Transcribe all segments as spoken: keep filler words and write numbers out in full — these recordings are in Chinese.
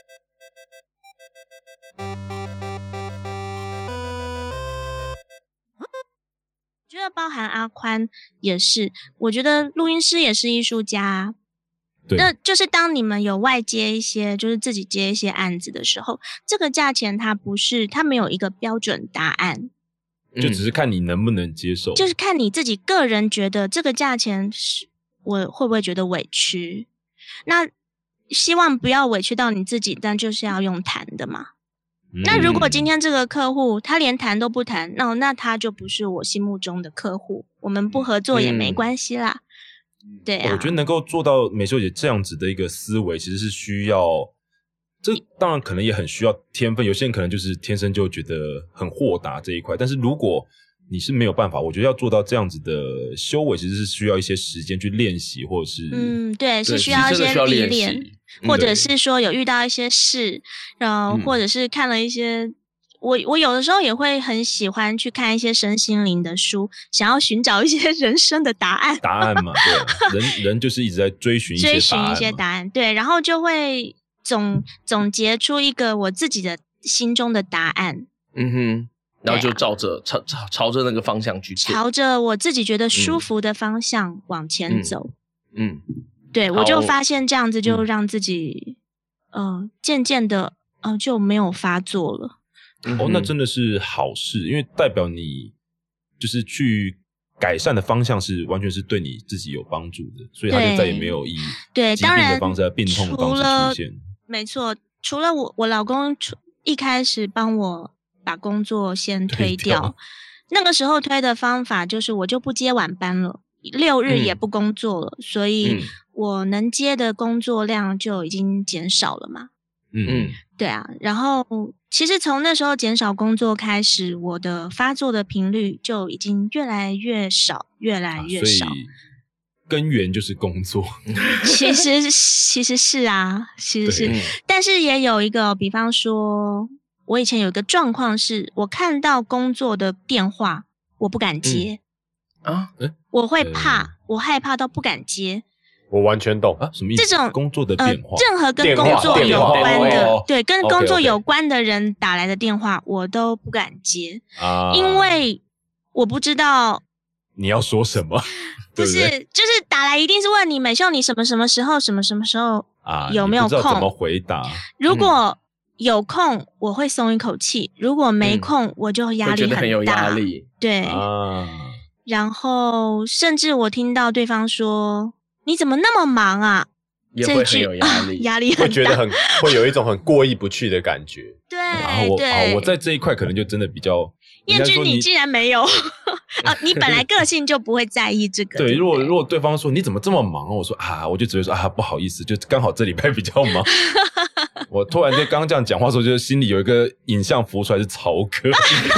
我觉得包含阿宽也是，我觉得录音师也是艺术家。 对， 那就是当你们有外接一些，就是自己接一些案子的时候，这个价钱它不是，它没有一个标准答案， 就只是看你能不能接受， 就是看你自己个人觉得这个价钱是我会不会觉得委屈。那希望不要委屈到你自己，但就是要用谈的嘛。嗯、那如果今天这个客户他连谈都不谈，那那他就不是我心目中的客户，我们不合作也没关系啦。嗯、对啊， 我觉得能够做到美秀姐这样子的一个思维，其实是需要，这当然可能也很需要天分。有些人可能就是天生就觉得很豁达这一块，但是如果你是没有办法，我觉得要做到这样子的修为，其实是需要一些时间去练习，或者是嗯，对，是需要一些历练，或者是说有遇到一些事，然后或者是看了一些，嗯、我我有的时候也会很喜欢去看一些身心灵的书，想要寻找一些人生的答案。 答案嘛，对，人人就是一直在追寻一些答案，追寻一些答案，对，然后就会总总结出一个我自己的心中的答案。 嗯哼。然后就照着、啊、朝朝朝着那个方向去做， 朝着我自己觉得舒服的方向往前走。 嗯，嗯对，我就发现这样子就让自己，嗯、呃，渐渐的，呃，就没有发作了。 哦，那真的是好事，因为代表你就是去改善的方向是完全是对你自己有帮助的，所以他就再也没有以对疾病的方式、病痛的方式出现。 没错，除了我，我老公一开始帮我把工作先推掉, 推掉那个时候推的方法就是我就不接晚班了，六日也不工作了、嗯、所以我能接的工作量就已经减少了嘛。 嗯， 对啊，然后其实从那时候减少工作开始，我的发作的频率就已经越来越少越来越少、啊、所以根源就是工作。 其实其实是啊其实是，但是也有一个比方说我以前有一个状况是，我看到工作的电话，我不敢接、 嗯、啊， 我会怕、嗯，我害怕到不敢接。 我完全懂啊，什么意思？ 这种工作的电话， 呃、任何跟工作有关的，对，跟工作有关的人打来的电话， okay, okay. 我都不敢接啊，因为我不知道你要说什么。 不是， 对对就是打来一定是问你美秀，你什么什么时候，什么什么时候啊，有没有空？ 你不知道怎么回答？ 如果、嗯有空我会松一口气，如果没空、嗯、我就压力很大， 很有压力。 对、 啊， 然后甚至我听到对方说你怎么那么忙啊， 也会很有压力、 啊、压力很大， 会觉得很会有一种很过意不去的感觉。 对， 然后我对、 哦、我在这一块可能就真的比较， 彦君你既然没有啊，你本来个性就不会在意这个。 对， 对对， 如果如果对方说你怎么这么忙，我说啊，我就只会说啊不好意思，就刚好这礼拜比较忙。我突然就刚刚这样讲话的时候，就是心里有一个影像浮出来是曹哥。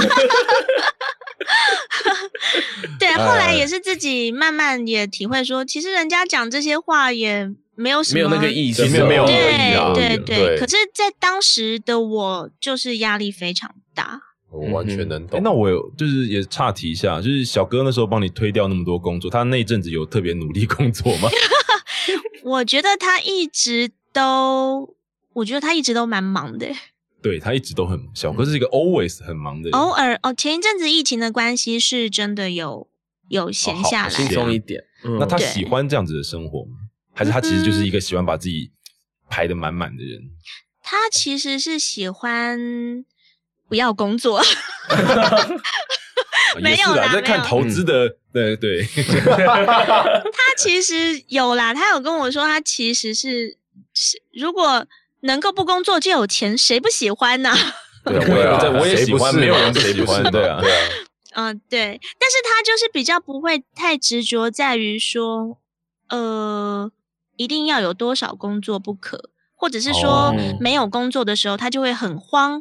对，后来也是自己慢慢也体会说，其实人家讲这些话也没有什么， 没有那个意思， 没有没有对对对 对, 对。可是，在当时的我，就是压力非常大。 我完全能懂。 欸、那我有就是也岔题一下，就是小哥那时候帮你推掉那么多工作，他那一阵子有特别努力工作吗？ 我觉得他一直都，我觉得他一直都蛮忙的。 对，他一直都很忙，小哥是一个 always 很忙的人。 偶尔哦，前一阵子疫情的关系是真的有有闲下来， 轻松一点、 嗯。那他喜欢这样子的生活吗？还是他其实就是一个喜欢把自己排得满满的人？ 他其实是喜欢不要工作。没有啦， 在看投资的，对对。 他其实有啦，他有跟我说，他其实是是如果能够不工作就有钱，谁不喜欢呢、啊？ 对，我也我也喜欢，没有人不喜欢，对啊，对啊。 嗯，对，但是他就是比较不会太执着在于说，呃，一定要有多少工作不可，或者是说没有工作的时候，他就会很慌。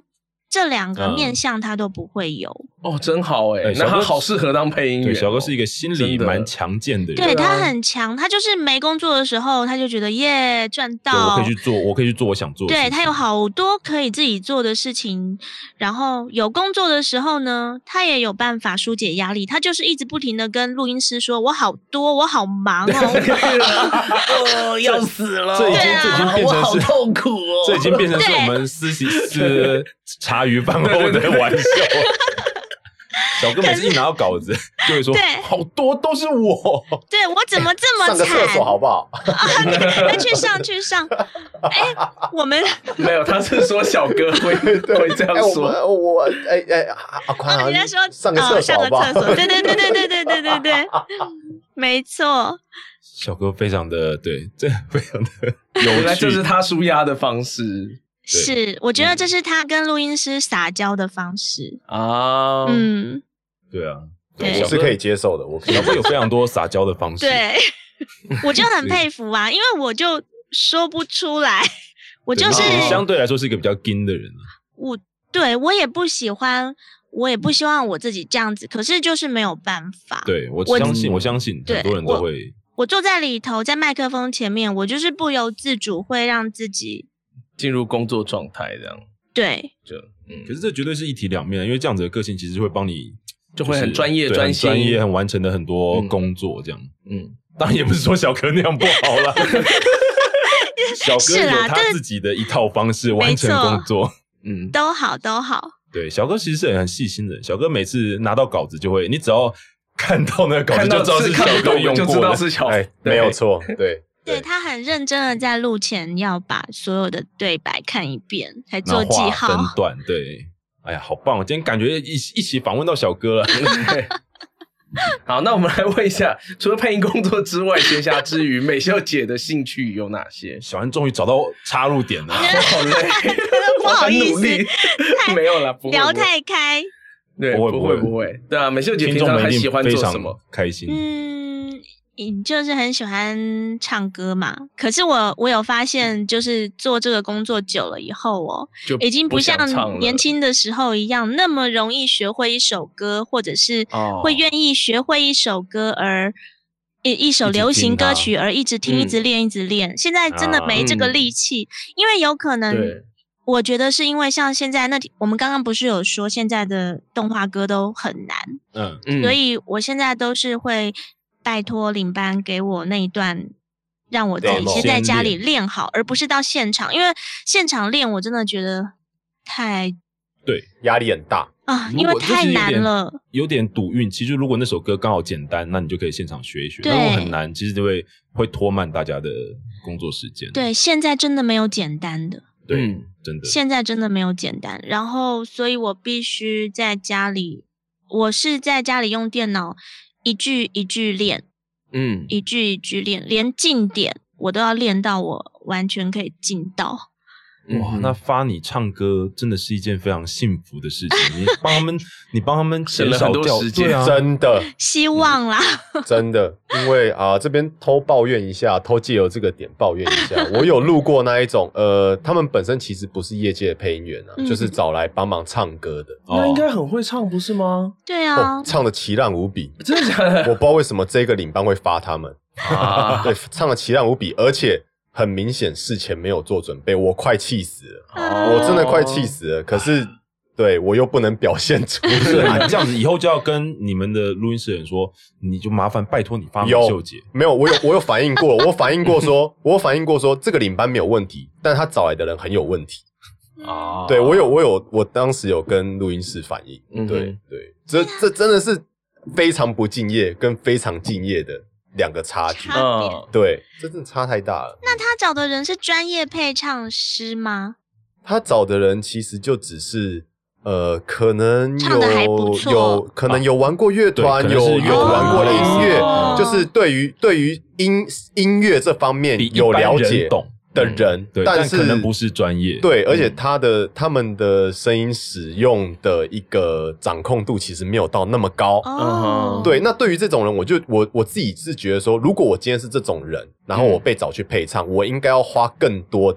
这两个面向他都不会有。 哦，真好哎、欸，那他好适合当配音员、哦。 对，小哥是一个心理蛮强健的人， 对他很强，他就是没工作的时候，他就觉得耶赚到， 我可以去做，我可以去做我想做的事情。 对他有好多可以自己做的事情，然后有工作的时候呢，他也有办法疏解压力。他就是一直不停的跟录音师说：“我好多，我好忙哦，哦要死了， 这已经、啊、这已经变成是我好痛苦哦， 这已经变成是我们私习是茶余饭后的玩笑。”小哥每次一拿到稿子就会说好多都是我， 对我怎么这么惨？ 上个厕所好不好？ 啊、去上去上。哎、欸，我们没有，他是说小哥会会这样说。 欸、我我哎哎阿宽、 啊，人家说上个厕所好不好？ 哦、上个厕所，对对对对对对对对对，没错。 小哥非常的对，这非常的有趣， 原来这是他抒压的方式。 是，我觉得这是他跟录音师撒娇的方式啊。 嗯， 对啊， 对， 我是可以接受的。我小哥有非常多撒娇的方式， 对，我就很佩服啊，因为我就说不出来，我就是相对来说是一个比较硬的人啊。 我对我也不喜欢，我也不希望我自己这样子，可是就是没有办法。 对，我相信，我, 我相信很多人都会。 我, 我坐在里头，在麦克风前面，我就是不由自主会让自己进入工作状态，这样对， 就嗯，可是这绝对是一体两面，因为这样子的个性其实会帮你， 就会很专业、专心、 专业、很完成的很多工作，这样。嗯，嗯当然也不是说小哥那样不好啦，小哥有他自己的一套方式完成工作， 嗯，都好都好。 对，小哥其实是很细心的，小哥每次拿到稿子就会，你只要看到那个稿子就知道是小哥用过的， 就知道是小， 哎，没有错，对。 对，他很认真的在录前要把所有的对白看一遍，才做记号。 分段，对，哎呀，好棒！我今天感觉一一起访问到小哥了。 好，那我们来问一下，除了配音工作之外，闲暇之余，美秀姐的兴趣有哪些？ 小安终于找到插入点了， 我好累， 不好意思， 没有啦，不会聊太开。 对，不会不会不会。对啊，美秀姐平常很喜欢做什么？ 开心。 嗯。你就是很喜欢唱歌嘛？可是我我有发现，就是做这个工作久了以后哦，已经不像年轻的时候一样那么容易学会一首歌，或者是会愿意学会一首歌而一一首流行歌曲而一直听、一直练、一直练。现在真的没这个力气，因为有可能，我觉得是因为像现在那我们刚刚不是有说现在的动画歌都很难，嗯，所以我现在都是会。拜托领班给我那一段，让我自己先在家里练好，而不是到现场，因为现场练我真的觉得太对压力很大啊，因为太难了， 有点赌运气。就如果那首歌刚好简单，那你就可以现场学一学；如果很难，其实就会会拖慢大家的工作时间。 对，现在真的没有简单的， 对，嗯、真的， 现在真的没有简单。然后，所以我必须在家里，我是在家里用电脑。一句一句练，嗯，一句一句练，连进点我都要练到我完全可以进到。 哇，那发你唱歌真的是一件非常幸福的事情。你帮他们，你帮他们减少掉时间， 啊、真的， 希望啦， 真的，因为啊、呃，这边偷抱怨一下，偷借由这个点抱怨一下，我有录过那一种，呃，他们本身其实不是业界的配音员啊，嗯、就是找来帮忙唱歌的。 那应该很会唱，不是吗？ 对啊， 哦、唱的奇烂无比， 真的假的？ 我不知道为什么这个领班会发他们啊，对，唱的奇烂无比，而且。很明显事前没有做准备，我快气死了，哦、我真的快气死了。可是，对我又不能表现出来， 这样子以后就要跟你们的录音室人说，你就麻烦拜托你发美秀姐。 没有，我有我有反映过，我反映过说，我有反映过说这个领班没有问题，但他找来的人很有问题。啊，对我有我有我当时有跟录音室反映，嗯、对对，这这真的是非常不敬业跟非常敬业的。两个差距， 嗯， 对，这真的差太大了。 那他找的人是专业配唱师吗？ 他找的人其实就只是，呃，可能有唱得还不错有可能有玩过乐团，啊、有有玩过音乐，哦、就是对于对于音音乐这方面有了解的人， 嗯、 但是但可能不是专业。 对，而且他的、嗯、他们的声音使用的一个掌控度其实没有到那么高。哦，对，那对于这种人，我就我我自己是觉得说，如果我今天是这种人，然后我被找去配唱，嗯、我应该要花更多的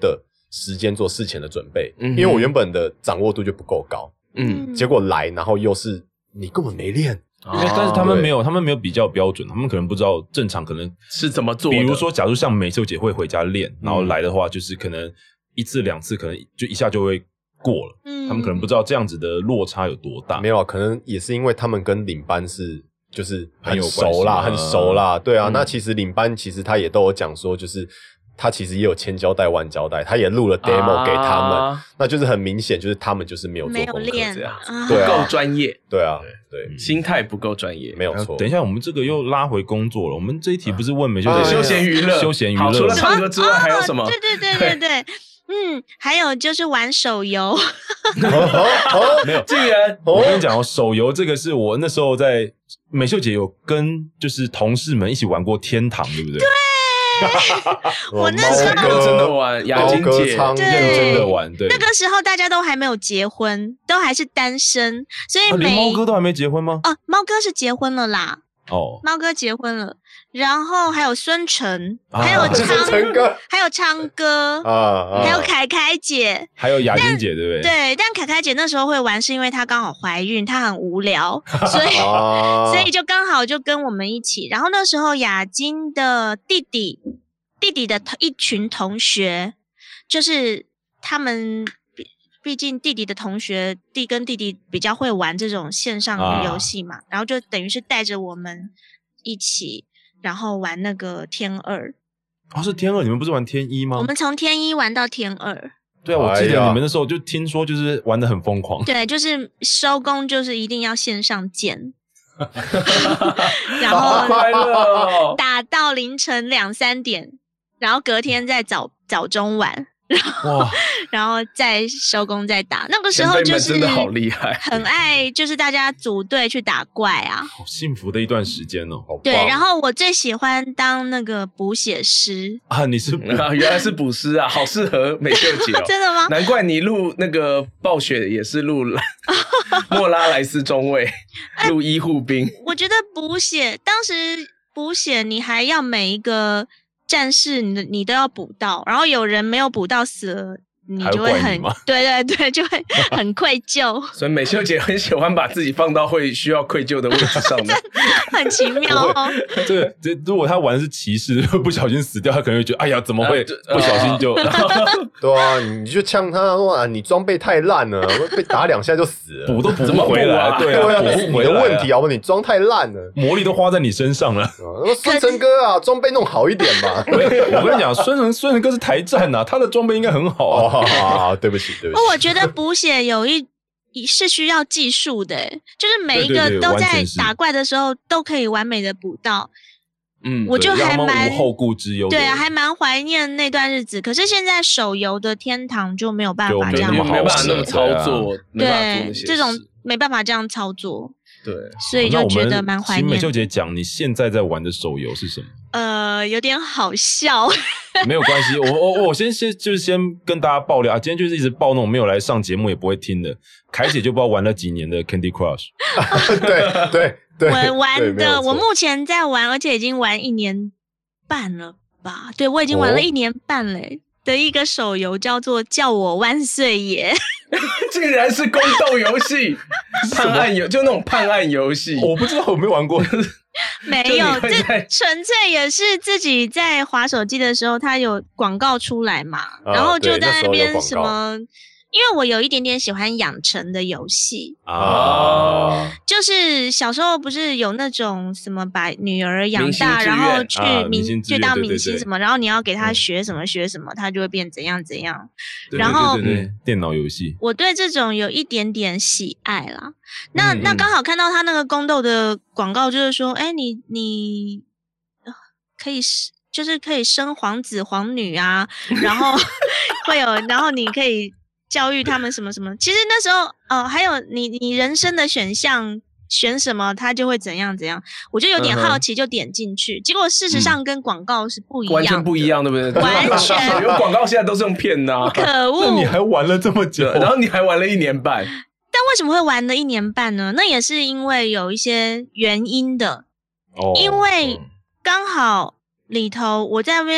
时间做事前的准备， 嗯、 因为我原本的掌握度就不够高， 嗯， 结果来然后又是你根本没练。 因为但是他们没有，他们没有比较标准，他们可能不知道正常可能是怎么做的。 比如说，假如像美秀姐会回家练，然后来的话，就是可能一次两次，可能就一下就会过了。嗯，他们可能不知道这样子的落差有多大。 没有，可能也是因为他们跟领班是就是很熟熟啦，很熟啦。对啊， 嗯、 那其实领班其实他也都有讲说，就是他其实也有千交代万交代，他也录了 demo 给他们，啊、那就是很明显，就是他们就是没有做功课这样子， 不够专业。 对啊，对， 对心态不够专业， 没有错。 等一下，我们这个又拉回工作了。我们这一题不是问美秀姐、 啊、休闲娱乐， 休闲娱乐。 好，除了唱歌之外还有什么？ 哦、对对对对对。嗯，还有就是玩手游， 没有， 竟然我跟你讲哦，手游这个是我那时候在美秀姐有跟就是同事们一起玩过天堂，对不对？ 对，我那时候认真的玩，雅晶姐认真的玩，对， 那个时候大家都还没有结婚，都还是单身，所以每、啊、连猫哥都还没结婚吗？ 哦，猫哥是结婚了啦。 哦， 猫哥结婚了，然后还有孙成， 啊、 还有昌哥， 还有昌哥， 啊， 还有凯凯姐， 还有雅晶姐，对不对？ 对，但凯凯姐那时候会玩，是因为她刚好怀孕，她很无聊，所以、啊、所以就刚好就跟我们一起。然后那时候雅晶的弟弟，弟弟的一群同学，就是他们。毕竟弟弟的同学弟跟弟弟比较会玩这种线上游戏嘛、啊、然后就等于是带着我们一起然后玩那个天二。 哦，是天二，你们不是玩天一吗？ 我们从天一玩到天二。 对啊，我记得你们那时候就听说就是玩得很疯狂。 对，就是收工就是一定要线上见然后打到凌晨两三点，然后隔天再早早中玩，然后然后再收工再打。那个时候就是真的好厉害， 很爱就是大家组队去打怪啊， 好幸福的一段时间哦。 对，然后我最喜欢当那个补血师啊，你是啊，原来是补师啊，好适合美秀姐哦。 真的吗？ 难怪你录那个暴雪也是录莫拉莱斯中尉，录医护兵。 我觉得补血当时补血你还要每一个战士你你都要补到，然后有人没有补到死了，你就会很对对对，就会很愧疚。 所以美秀姐很喜欢把自己放到会需要愧疚的位置上的， 很奇妙哦。 这个这如果他玩的是骑士，不小心死掉，他可能会觉得哎呀，怎么会不小心就？ 对啊，你就呛他说啊，你装备太烂了，被打两下就死了， 补都补不回来。对啊， 补你的问题好不好？你装太烂了， 魔力都花在你身上了。 孙成哥啊，装备弄好一点吧。 我跟你讲，孙成孙成哥是台战啊，他的装备应该很好啊。 啊，对不起，对不起。 我觉得补血有一是需要技术的，就是每一个都在打怪的时候都可以完美的补到。 嗯， 我就还蛮无后顾之忧。 对啊，还蛮怀念那段日子。可是现在手游的天堂就没有办法这样， 没办法那么操作， 对，这种没办法这样操作。 对， 所以就觉得蛮怀念。 请美秀姐讲，你现在在玩的手游是什么？ 呃，有点好笑。 没有关系，我我我先先就是先跟大家爆料啊，今天就是一直爆那种没有来上节目也不会听的，凯姐就不知道玩了几年的 Candy Crush。 对对对， 我玩的，我目前在玩，而且已经玩一年半了吧？对，我已经玩了一年半嘞。哦的一个手游叫做《叫我万岁爷》， 竟然是宫斗游戏，判案游就那种判案游戏， 我不知道，我没玩过。 没有，这纯粹也是自己在滑手机的时候，它有广告出来嘛，啊、然后就在那边什么。因为我有一点点喜欢养成的游戏啊，就是小时候不是有那种什么把女儿养大，然后去明去当明星什么，然后你要给她学什么学什么，她就会变怎样怎样。然后对对对，电脑游戏， 我对这种有一点点喜爱啦。那那刚好看到他那个宫斗的广告，就是说，哎，你你可以就是可以生皇子皇女啊，然后会有，然后你可以。教育他们什么什么，其实那时候，呃，还有你你人生的选项选什么，他就会怎样怎样，我就有点好奇，就点进去，嗯、结果事实上跟广告是不一样的、嗯， 完全不一样，对不对？ 完全， 有广告现在都是用骗的、啊， 可恶！ 那你还玩了这么久， 然后你还玩了一年半， 但为什么会玩了一年半呢？那也是因为有一些原因的，哦、因为刚好里头我在那边。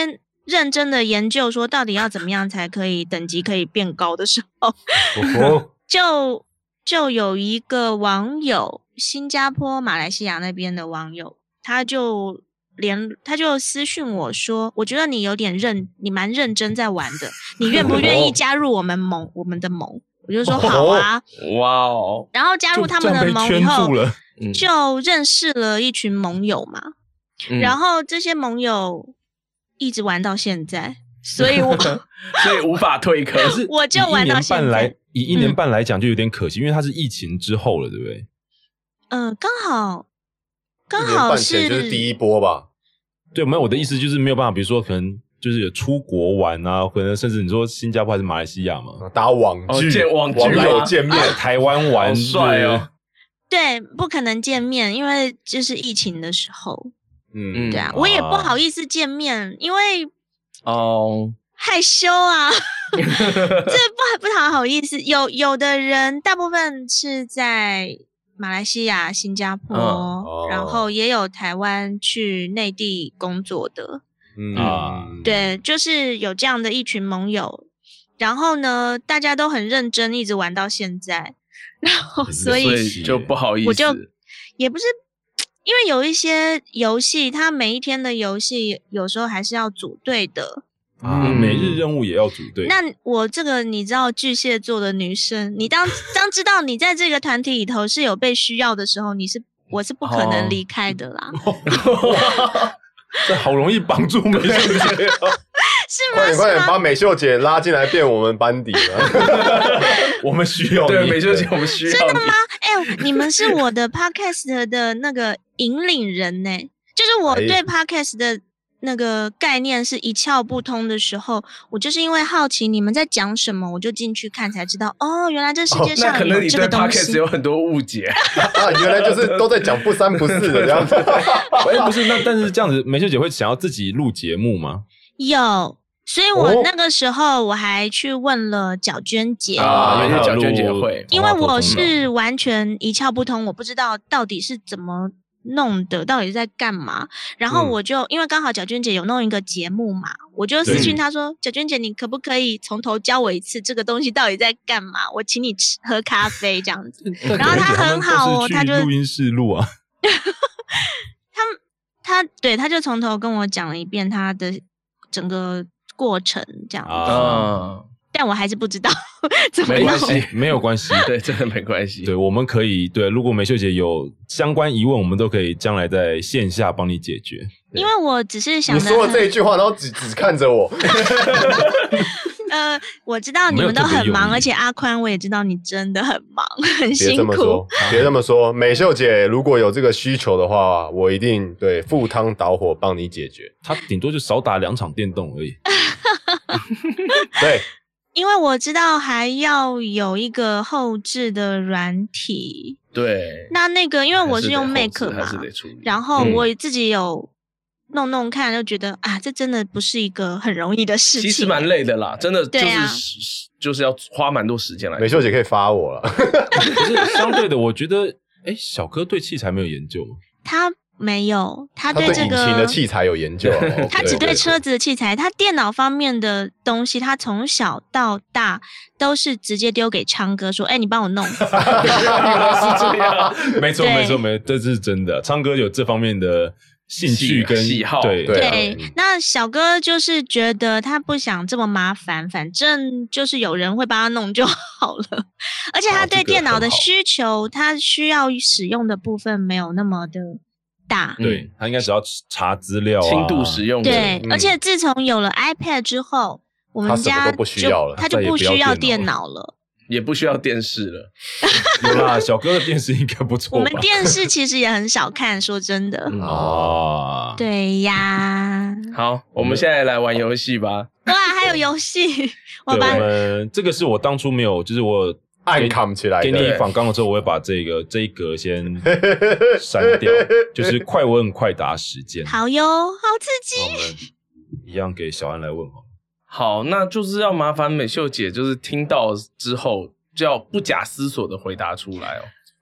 认真的研究说到底要怎么样才可以等级可以变高的时候，就就有一个网友，新加坡、马来西亚那边的网友，他就连他就私讯我说，我觉得你有点认，你蛮认真在玩的，你愿不愿意加入我们盟我们的盟？我就说好啊， 哇哦， 然后加入他们的盟以后，就认识了一群盟友嘛，嗯、然后这些盟友一直玩到现在，所以我所以无法退坑， 我就玩到现在。 以一年半来讲，就有点可惜，嗯、因为它是疫情之后了，对不对？ 嗯、呃，刚好刚好是一年半前就是第一波吧。 对，没有我的意思就是没有办法，比如说可能就是有出国玩啊，可能甚至你说新加坡还是马来西亚嘛， 打网剧、 哦、见网网友见面， 啊、台湾玩， 帅哦。 对，不可能见面，因为就是疫情的时候。 嗯， 对啊，我也不好意思见面，因为哦害羞啊，这不不太好意思。有有的人，大部分是在马来西亚、新加坡，嗯哦、然后也有台湾去内地工作的。 嗯啊， 对，就是有这样的一群盟友，然后呢，大家都很认真，一直玩到现在，然后所以, 所以就不好意思， 我就也不是。因为有一些游戏，它每一天的游戏有时候还是要组队的啊，每日任务也要组队。 那我这个你知道巨蟹座的女生，你当当知道你在这个团体里头是有被需要的时候，你是我是不可能离开的啦。 哦、这好容易绑住美秀姐、哦， 是吗？ 快点快点把美秀姐拉进来变我们班底了。 我们需要你， 对美秀姐，我们需要你。 真的吗？哎、欸，你们是我的 podcast 的那个引领人呢、欸。就是我对 podcast 的那个概念是一窍不通的时候，我就是因为好奇你们在讲什么，我就进去看才知道，哦，原来这世界上有这个东西。 哦、那可能你对 podcast 有很多误解啊，原来就是都在讲不三不四的这样子。 哎，不是，那但是这样子，美秀姐会想要自己录节目吗？ 有。所以我那个时候我还去问了小娟姐啊，因为小娟姐会， 因为我是完全一窍不通，我不知道到底是怎么弄的，到底是在干嘛。然后我就、嗯、因为刚好小娟姐有弄一个节目嘛，我就私讯她说：“小娟姐，你可不可以从头教我一次这个东西到底在干嘛？我请你吃喝咖啡这样子。”然后她很好哦，她就录音室录啊， 他他对他就从头跟我讲了一遍他的整个过程这样子，啊、但我还是不知道怎么没关系，没有关系， 对，真的没关系。 对，我们可以对，如果美秀姐有相关疑问，我们都可以将来在线下帮你解决。 因为我只是想， 你说了这一句话，然后只只看着我。 呃，我知道你们都很忙，而且阿宽我也知道你真的很忙，很辛苦。别这么说，别这么说，美秀姐如果有这个需求的话，我一定对赴汤蹈火帮你解决。 她顶多就少打两场电动而已。 对， 因为我知道还要有一个后置的软体。 对， 那那个因为我是用 Mac 嘛，然后我自己有弄弄看，就觉得啊，这真的不是一个很容易的事情， 其实蛮累的啦，真的就是、 啊、 就是要花蛮多时间来。 美秀姐可以发我了。 可是相对的，我觉得，哎，小哥对器材没有研究吗？ 他没有，他对这个引擎的器材有研究， 他只对车子的器材，他电脑方面的东西，他从小到大都是直接丢给昌哥说：“哎、欸，你帮我弄。” 是这样， 没错，没错，没错，这是真的。昌哥有这方面的兴趣跟喜好， 对对、对、嗯。那小哥就是觉得他不想这么麻烦，反正就是有人会帮他弄就好了。而且他对电脑的需求，他需要使用的部分没有那么的大。 对，他应该只要查资料、啊、 轻度使用。 对、嗯，而且自从有了 iPad 之后，我们家就不需要了， 他就不需要电脑了。 也不需要电视了。 有啦，小哥的电视应该不错吧。 我们电视其实也很少看，说真的。 哦， 对呀。 好，我们现在来玩游戏吧。 哇，还有游戏！ 我把我们这个是我当初没有，就是我暗扛起来的。 给你访纲了之后，我会把这个这一格先删掉，就是快问快答时间。 好哟，好刺激！ 我们一样给小安来问好。 好，那就是要麻烦美秀姐，就是听到之后就要不假思索的回答出来哦。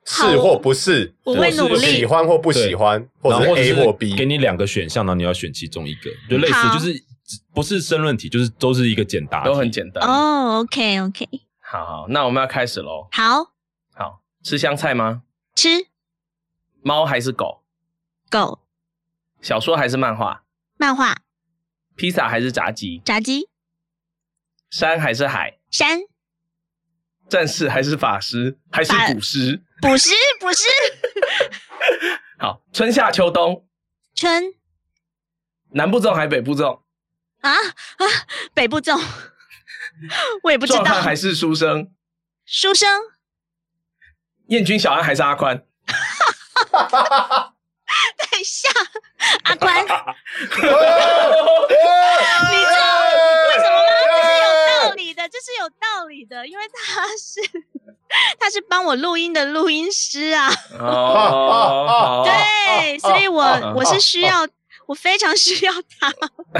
是或不是， 我会努力， 喜欢或不喜欢，或者是 A 或 B， 给你两个选项，然后你要选其中一个，就类似就是不是申论题，就是都是一个简答题， 都很简单。 哦 ，OK OK， 好好，那我们要开始咯。 好， 好，吃香菜吗？ 吃。 猫还是狗？ 狗。 小说还是漫画？ 漫画。 披萨还是炸鸡？ 炸鸡。 山还是海？ 山。 战士还是法师？还是捕师？ 捕师，捕师。 好，春夏秋冬。 春。 南部粽还是北部粽？ 啊啊，北部粽。我也不知道。 壮汉还是书生？ 书生。 燕君、小安还是阿宽？ 等一下，阿宽，你知道为什么吗？这是有道理的，这是有道理的，因为他是他是帮我录音的录音师啊。 哦， 对，所以我我是需要。我非常需要他。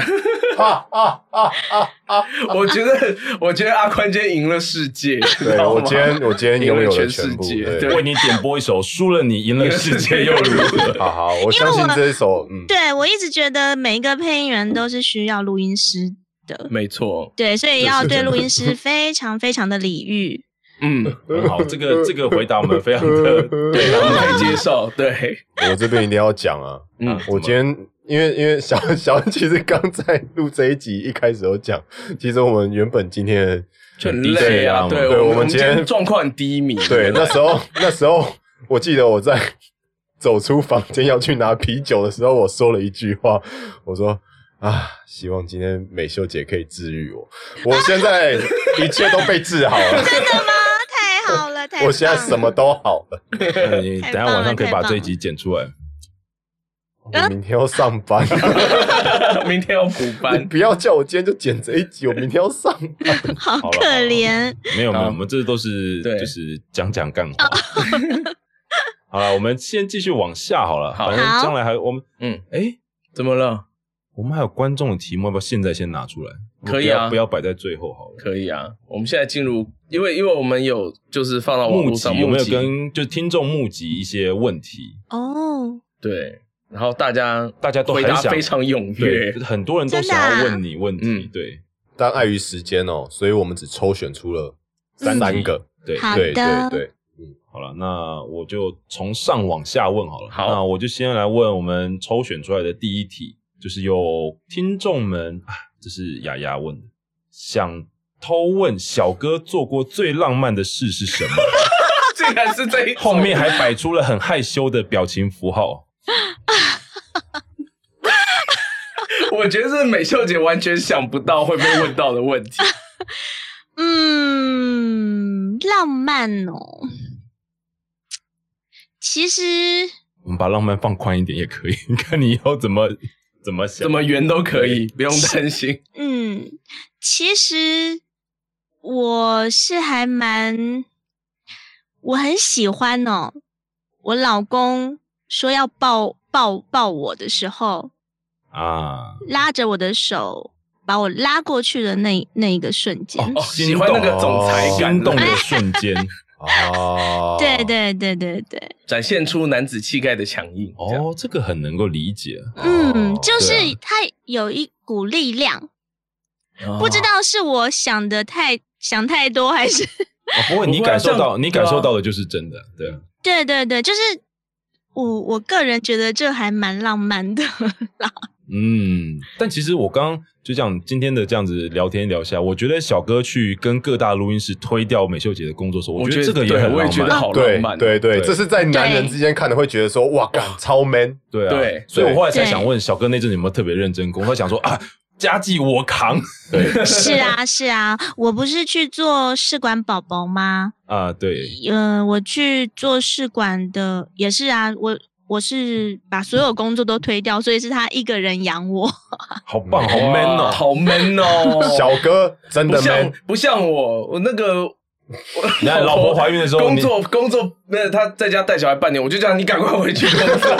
我觉得，我觉得阿宽今天赢了世界。 对，我今天，我今天拥有了全世界。 对，为你点播一首《输了你赢了世界又如何》。 好好，我相信这一首。 嗯，对我一直觉得每一个配音员都是需要录音师的。 没错。 对，所以要对录音师非常非常的礼遇。 嗯，很好，这个这个回答我们非常的， 对，我们可以接受。对， 我这边一定要讲啊。嗯，我今天。因为因为小小恩其实刚在录这一集一开始有讲，其实我们原本今天就很累啊，对， 对我们今天状况很低迷。 对，那时候那时候我记得我在走出房间要去拿啤酒的时候，我说了一句话，我说啊，希望今天美秀姐可以治愈我。我现在一切都被治好了。 真的吗？太好了，太好了！ 我现在什么都好了。 你等一下晚上可以把这一集剪出来。 我明天要上班， 明天要补班。 你不要叫我今天就剪这一集，我明天要上班。 好可怜。 没有没有，我们这都是就是讲讲干话。好了，我们先继续往下好了。反正将来还我们嗯，哎， 怎么了？ 我们还有观众的题目，要不要现在先拿出来？ 可以啊， 不要摆在最后好了。 可以啊，我们现在进入，因为因为我们有就是放到网络上， 有没有跟就听众募集一些问题？ 哦， 对。然后大家大家都回答非常踊跃， 很多人都想要问你问题，嗯、对。 但碍于时间哦，所以我们只抽选出了三个， 对对对对， 嗯，好了，那我就从上往下问好了。 好， 那我就先来问我们抽选出来的第一题，就是有听众们啊，这是雅雅问的，想偷问小哥做过最浪漫的事是什么？ 竟然是这一种， 后面还摆出了很害羞的表情符号。 我觉得是美秀姐完全想不到会被问到的问题。 嗯，浪漫哦。其实我们把浪漫放宽一点也可以，你看你以后怎么怎么想， 怎么圆都可以，不用担心。 嗯，其实我是还蛮，我很喜欢哦。我老公说要抱抱抱我的时候啊，拉着我的手把我拉过去的那那一个瞬间， 哦，喜欢那个总裁感心动的瞬间。 哦， 对对对对对， 展现出男子气概的强硬。 哦，这个很能够理解。 嗯，就是他有一股力量，哦、不知道是我想的太想太多还是、 哦、不过你感受到，你感受到的就是真的，对。 对对对，就是我我个人觉得这还蛮浪漫的啦。 嗯，但其实我刚刚就这样今天的这样子聊天聊下，我觉得小哥去跟各大录音室推掉美秀姐的工作的时候，我觉得这个也很浪漫， 我也觉得好浪漫。 对对对，这是在男人之间看的会觉得说，哇，干超 man。 对啊，对，所以我后来才想问小哥那阵有没有特别认真工，他想说啊。家计我扛， 对，是啊是啊，我不是去做试管宝宝吗？ 啊，对， 呃，我去做试管的也是啊，我我是把所有工作都推掉，所以是他一个人养我， 好棒，好 man 哦， 好 man 哦， 小哥真的 man， 不像我，我那个。 你看老婆怀孕的时候， 工作工作，那他在家带小孩半年，我就叫你赶快回去工作。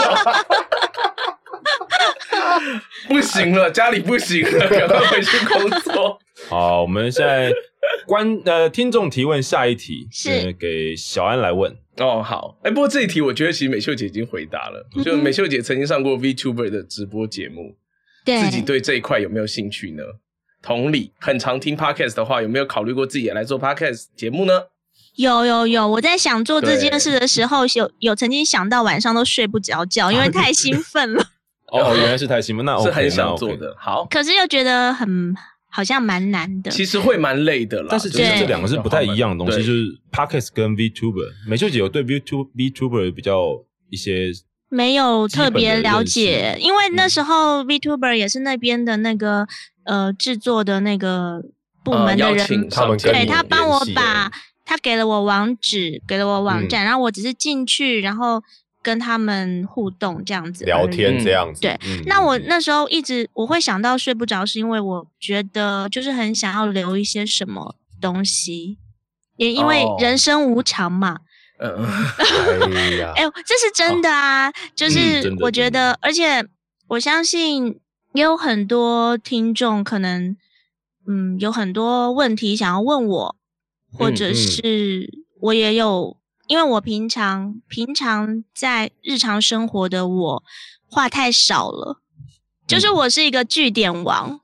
不行了，家里不行了，赶快回去工作。 好，我们现在观呃，听众提问下一题是、 呃、给小安来问哦。好，哎、欸，不过这一题我觉得其实美秀姐已经回答了，嗯、就美秀姐曾经上过 VTuber 的直播节目， 对， 自己对这一块有没有兴趣呢？同理，很常听 Podcast 的话，有没有考虑过自己也来做 Podcast 节目呢？ 有有有，我在想做这件事的时候，有有曾经想到晚上都睡不着觉，因为太兴奋了。 哦，原来是太兴奋，那 OK, 是很想做的。 OK、 好， 可是又觉得很好像蛮难的。 其实会蛮累的啦， 但是其实这两个是不太一样的东西，就是 Podcast 跟 VTuber。美秀姐有对 VTuber 比较一些没有特别了解，因为那时候 VTuber 也是那边的那个呃制作的那个部门的人， 呃、 他们对他帮我把。他给了我网址，给了我网站，嗯、然后我只是进去，然后跟他们互动这样子聊天这样子。 对， 嗯、 那我那时候一直我会想到睡不着，是因为我觉得就是很想要留一些什么东西，也因为人生无常嘛。 嗯、哦， 哎呀，哎呦，这是真的啊！哦、就是我觉得，嗯、而且我相信也有很多听众可能，嗯，有很多问题想要问我。或者是我也有，因为我平常平常在日常生活的我话太少了，就是我是一个句点王，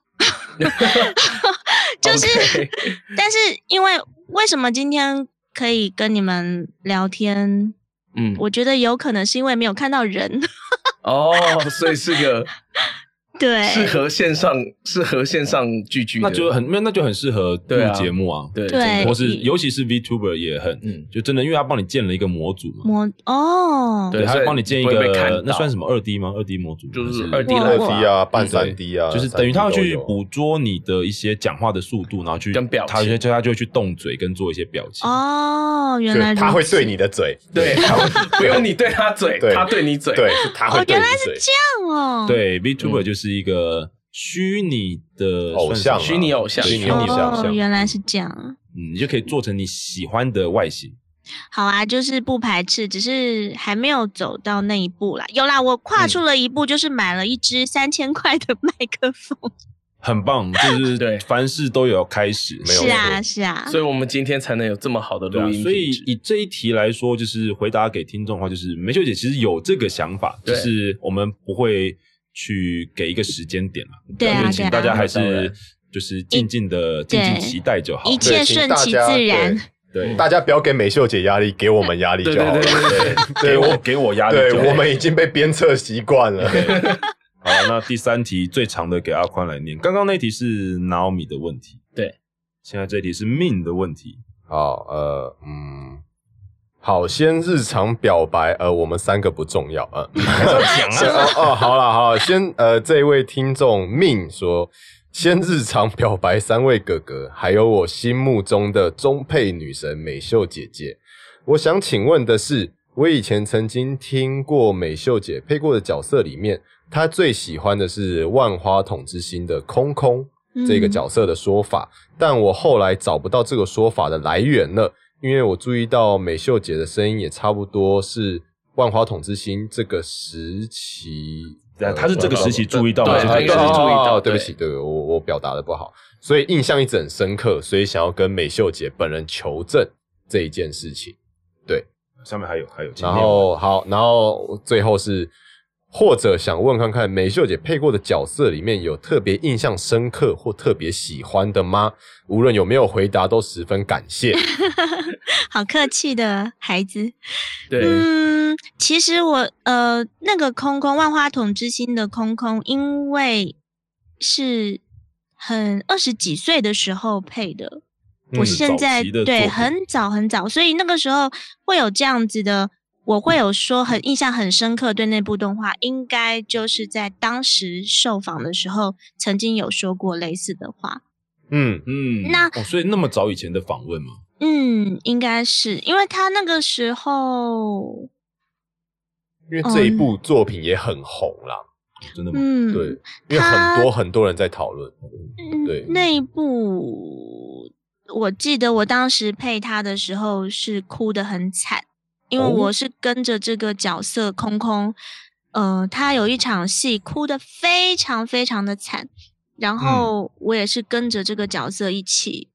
就是， okay. 但是因为为什么今天可以跟你们聊天？嗯，我觉得有可能是因为没有看到人。 哦，所以是个。 对， 适合线上，适合线上聚聚， 那就很那就很适合录节目啊， 对， 对， 或是尤其是 VTuber 也很，嗯，就真的，因为他帮你建了一个模组嘛， 模哦， 对，他帮你建一个，那算什么二 D 吗？二 D 模组就是二 D 二 D 啊，半三 D 啊， 就是等于他要去捕捉你的一些讲话的速度，然后去跟表情， 他就他就会去动嘴跟做一些表情。 哦，原来他会对你的嘴， 对，不用你对他嘴，他对你嘴， 对，是他会对你嘴。 哦，原来是这样哦。 对 ，VTuber 就是一个。虚拟的偶像， 虚拟偶像， 虚拟偶像， 哦，原来是这样。 嗯，你就可以做成你喜欢的外形。 好啊，就是不排斥，只是还没有走到那一步啦。有啦，我跨出了一步，就是买了一支三千块的麦克风。 很棒，就是对，凡事都有开始，没有错。 是啊，是啊。 所以我们今天才能有这么好的录音品质。 所以以这一题来说，就是回答给听众的话，就是梅秀姐其实有这个想法，就是我们不会。去给一个时间点了， 对啊， 请大家还是就是静静的、静静期待就好， 一切顺其自然。 对， 大家不要给美秀姐压力，给我们压力就好了。 对对对对，给我给我压力， 对，我们已经被鞭策习惯了。 好，那第三题最长的给阿宽来念。刚刚那题是 Naomi 的问题， 对， 现在这题是 Min 的问题。 好，呃，嗯。好，先日常表白，呃，我们三个不重要，呃， 还是要讲啊。哦，哦，好啦，好啦，先，呃，这一位听众命说，先日常表白三位哥哥，还有我心目中的中配女神美秀姐姐。我想请问的是，我以前曾经听过美秀姐配过的角色里面，她最喜欢的是万花筒之星的空空这个角色的说法，嗯、但我后来找不到这个说法的来源了。因为我注意到美秀姐的声音也差不多是万花筒之星这个时期， 对、呃，她是这个时期注意到的， 对，这个时期注意到， 对不起，对我我表达的不好，所以印象一直很深刻，所以想要跟美秀姐本人求证这一件事情。对， 上面还有还有， 然后好，然后最后是。或者想问看看美秀姐配过的角色里面有特别印象深刻或特别喜欢的吗？无论有没有回答都十分感谢。 好客气的孩子。 对， 嗯，其实我呃那个空空万花筒之星的空空，因为是很二十几岁的时候配的，嗯、我现在对很早很早，所以那个时候会有这样子的。我会有说很印象很深刻，对那部动画，应该就是在当时受访的时候，曾经有说过类似的话。 嗯嗯， 那、 哦、所以那么早以前的访问吗？ 嗯，应该是，因为他那个时候， 因为这一部作品也很红啦， 嗯、真的吗？ 嗯， 对，因为很多很多人在讨论。 嗯， 对， 那一部我记得我当时配他的时候是哭得很惨。因为我是跟着这个角色空空，呃，他有一场戏哭得非常非常的惨，然后我也是跟着这个角色一起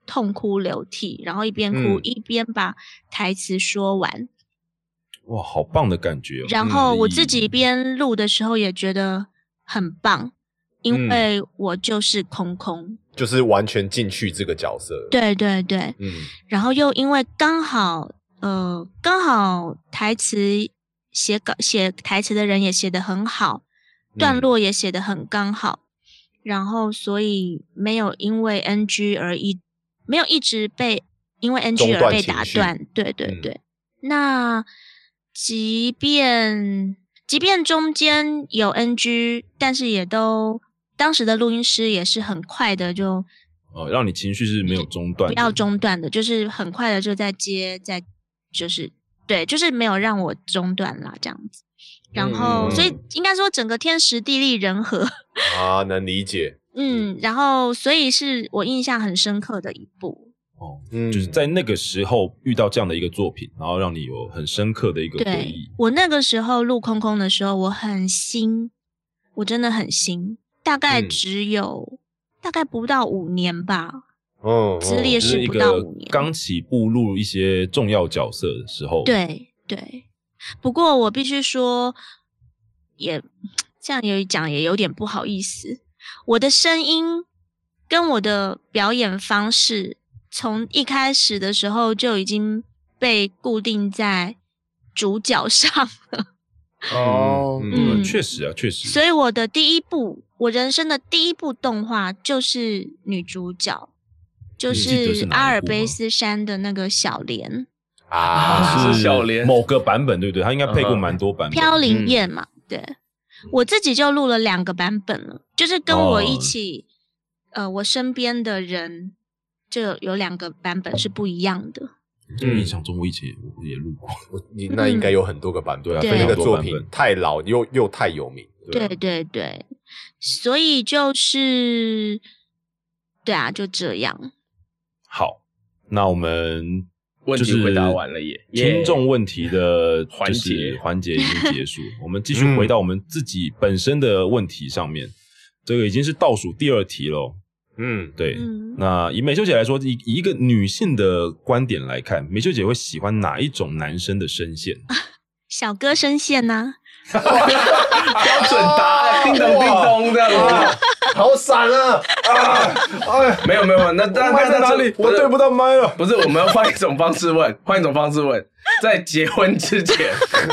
痛哭流涕，然后一边哭、嗯、一边把台词说完。 哇，好棒的感觉、哦！ 然后我自己边录的时候也觉得很棒，因为我就是空空， 就是完全进去这个角色。 对对对，嗯。然后又因为刚好呃刚好台词写稿写台词的人也写得很好，段落也写得很刚好，嗯、然后所以没有因为 N G 而一没有一直被因为 N G 而被打断。对对对，嗯、那。即便即便中间有 N G， 但是也都当时的录音师也是很快的就哦，让你情绪是没有中断的， 不要中断的，就是很快的就在接，在就是对，就是没有让我中断啦这样子。然后，嗯、所以应该说整个天时地利人和啊，能理解。 嗯，然后所以是我印象很深刻的一部。 哦，嗯，就是在那个时候遇到这样的一个作品，然后让你有很深刻的一个回忆。 我那个时候录空空的时候，我很新，我真的很新，大概只有、嗯、大概不到五年吧。 哦， 资历是不到五年， 刚起步录一些重要角色的时候。 对对，不过我必须说，也这样有讲也有点不好意思，我的声音跟我的表演方式。从一开始的时候就已经被固定在主角上了。 哦，嗯，确实啊，确实。 所以我的第一部，我人生的第一部动画就是女主角，就是阿尔卑斯山的那个小莲啊，是小莲某个版本，对不对？她应该配过蛮多版本。 飘零燕嘛，嗯、对，我自己就录了两个版本了，就是跟我一起，哦、呃，我身边的人。就有两个版本是不一样的。 这个印象中我以前也录过， 你那应该有很多个版本， 嗯、 对啊，那个作品太老又又太有名。 对、啊、对对对，所以就是对啊，就这样。 好，那我们问题回答完了耶， 听众问题的环节环节已经结束，我们继续回到我们自己本身的问题上面。嗯、这个已经是倒数第二题了。嗯，对。嗯、那以美秀姐来说，以以一个女性的观点来看，美秀姐会喜欢哪一种男生的声线？ 小哥声线呢、 啊？标准答案，叮咚叮咚这样子， 好闪啊！啊， 哎，没有没有，那那麦在哪里？我对不到麦了。 不是，我们要换一种方式问，换一种方式问，在结婚之前。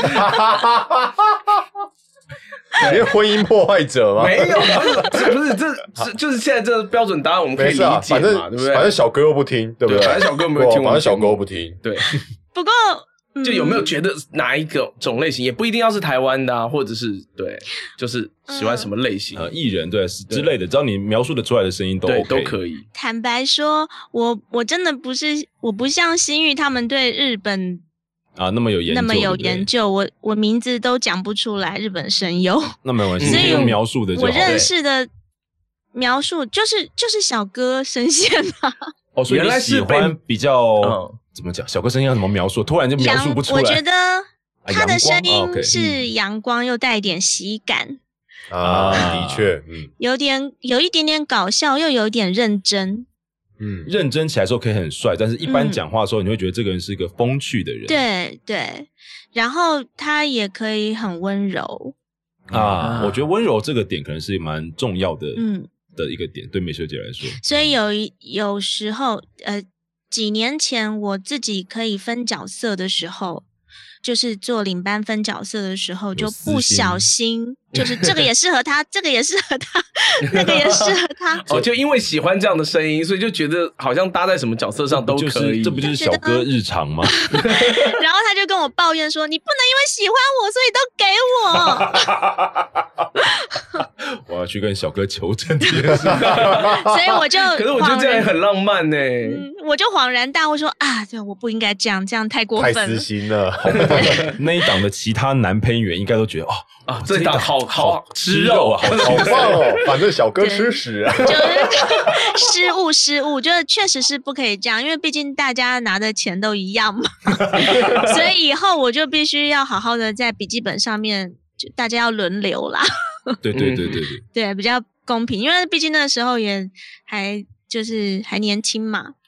你是婚姻破坏者吗？ 没有，不是，这这就是现在这个标准答案，我们可以理解嘛， 反正对不对？ 反正小哥又不听，对不对？ 反正小哥没有听， 反正小哥又不听， 对。 不过， 就有没有觉得哪一个种类型，也不一定要是台湾的啊，或者是对，就是喜欢什么类型呃艺人对之类的，只要你描述得出来的声音都 OK， 都可以。 坦白说，我我真的不是，我不像新玉他们对日本。 啊，那么有研究， 那么有研究，我我名字都讲不出来日本声优， 那没关系，所以用描述的就好。 我认识的描述就是就是小哥声线啊。 哦，所以你喜欢比较、嗯、怎么讲？小哥声音要怎么描述？突然就描述不出来。 我觉得他的声音是阳光又带一点喜感啊，的确，嗯， 有点有一点点搞笑，又有一点认真。 嗯，认真起来的时候可以很帅，但是一般讲话的时候，你会觉得这个人是一个风趣的人。 嗯、对对，然后他也可以很温柔啊，啊我觉得温柔这个点可能是蛮重要的，嗯，的一个点，对美秀姐来说。 所以有有时候，呃，几年前我自己可以分角色的时候。就是做领班分角色的时候，就不小心，就是这个也适合他，这个也适合他，那个也适合他。 哦，就因为喜欢这样的声音，所以就觉得好像搭在什么角色上都可以。 就是、这不就是小哥日常吗？ 然后他就跟我抱怨说：“你不能因为喜欢我，所以都给我。”我要去跟小哥求证这件事。 所以我就， 可是我觉得这样也很浪漫呢、欸嗯。 我就恍然大悟说：“啊，对，我不应该这样，这样太过分了， 太私心了。” 那一档的其他男配音员应该都觉得哦啊，这一档好好吃肉啊， 好好棒哦！反正小哥吃屎啊， 就是失误失误，就是确实是不可以这样，因为毕竟大家拿的钱都一样嘛，所以以后我就必须要好好的在笔记本上面，就大家要轮流啦。 对对对对对， 对比较公平，因为毕竟那个时候也还就是还年轻嘛。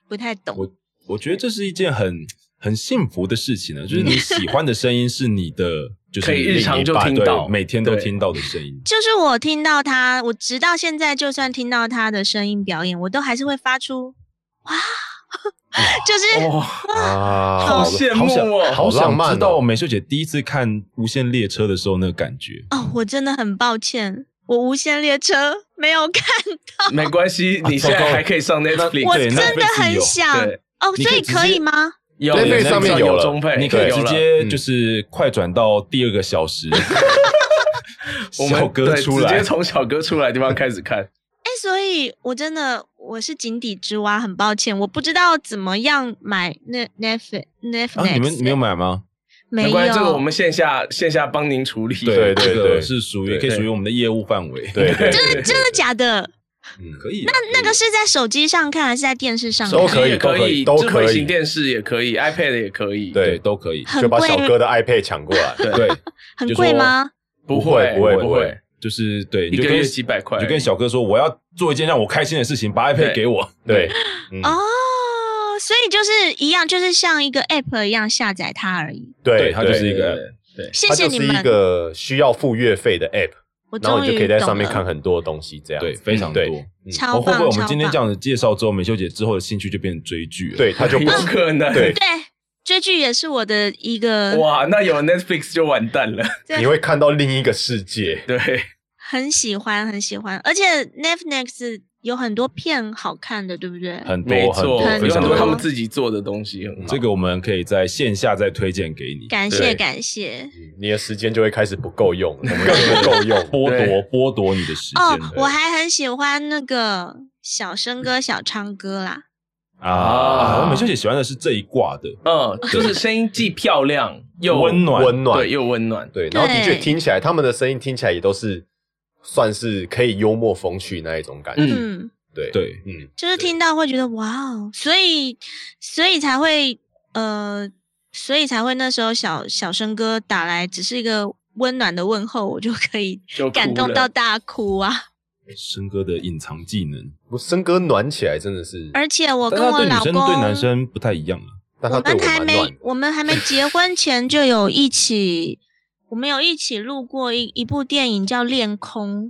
不太懂。 我我觉得这是一件很很幸福的事情呢，就是你喜欢的声音是你的，就是可以日常就听到， 每天都听到的声音。 就是我听到他，我直到现在，就算听到他的声音表演，我都还是会发出哇。就是哇、 啊， 好羡慕哦， 好想浪漫哦知道美秀姐第一次看《无限列车》的时候那个感觉。 哦，我真的很抱歉，我《无限列车》没有看到。 没关系，你现在还可以上 Netflix， 我真的很想哦，所以可以吗？ 有 Netflix 上面有中配， 你可以直接就是快转到第二个小时，小哥出来， 直接从小哥出来的地方开始看。 哎、欸，所以我真的我是井底之蛙，很抱歉，我不知道怎么样买那 Netflix Netflix、 啊。你们没有买吗？ 没有， 没关系，这个我们线下线下帮您处理。 对对对，是属于可以属于我们的业务范围。 对对， 真的真的假的？ 嗯，可以。 那那个是在手机上看还是在电视上看？ 都可以， 可以， 都可以， 智慧型电视也可以 ，iPad 也可以， 对，都可以。 就把小哥的 iPad 抢过来。 对， 很贵吗？ 不会， 不会， 不会。 就是对， 一个月几百块， 就跟小哥说我要做一件让我开心的事情，把 iPad 给我。 对， 嗯、哦，所以就是一样，就是像一个 App 一样下载它而已。 对， 它就是一个 App。对， 谢谢你们。 它就是一个需要付月费的 App， 然后你就可以在上面看很多东西，这样对，非常多。 嗯、超棒！ 会不会我们今天这样子介绍之后，美秀姐之后的兴趣就变成追剧了？ 对，她就不可能。 对对。追剧也是我的一个哇，那有 Netflix 就完蛋了， 你会看到另一个世界。 对， 很喜欢，很喜欢，而且 Netflix 有很多片好看的，对不对？ 很多，很多， 有很多他们自己做的东西很好。 这个我们可以在线下再推荐给你。 感谢，感谢。 你的时间就会开始不够用，我们更不够用， 剥夺剥夺你的时间。 哦，我还很喜欢那个小生哥、小昌哥啦。 啊，美秀姐喜欢的是这一挂的， 嗯，就是声音既漂亮又温暖， 温暖， 对，又温暖， 对。然后的确听起来，他们的声音听起来也都是算是可以幽默风趣那一种感觉。 嗯， 对对， 嗯，就是听到会觉得哇哦，所以所以才会呃，所以才会那时候小小生哥打来，只是一个温暖的问候，我就可以感动到大哭啊。 生哥的隐藏技能， 我生哥暖起来真的是， 而且我跟我老公对男生不太一样啊。 但他对我还没，我们还没结婚前就有一起，我们有一起录过一一部电影叫《恋空》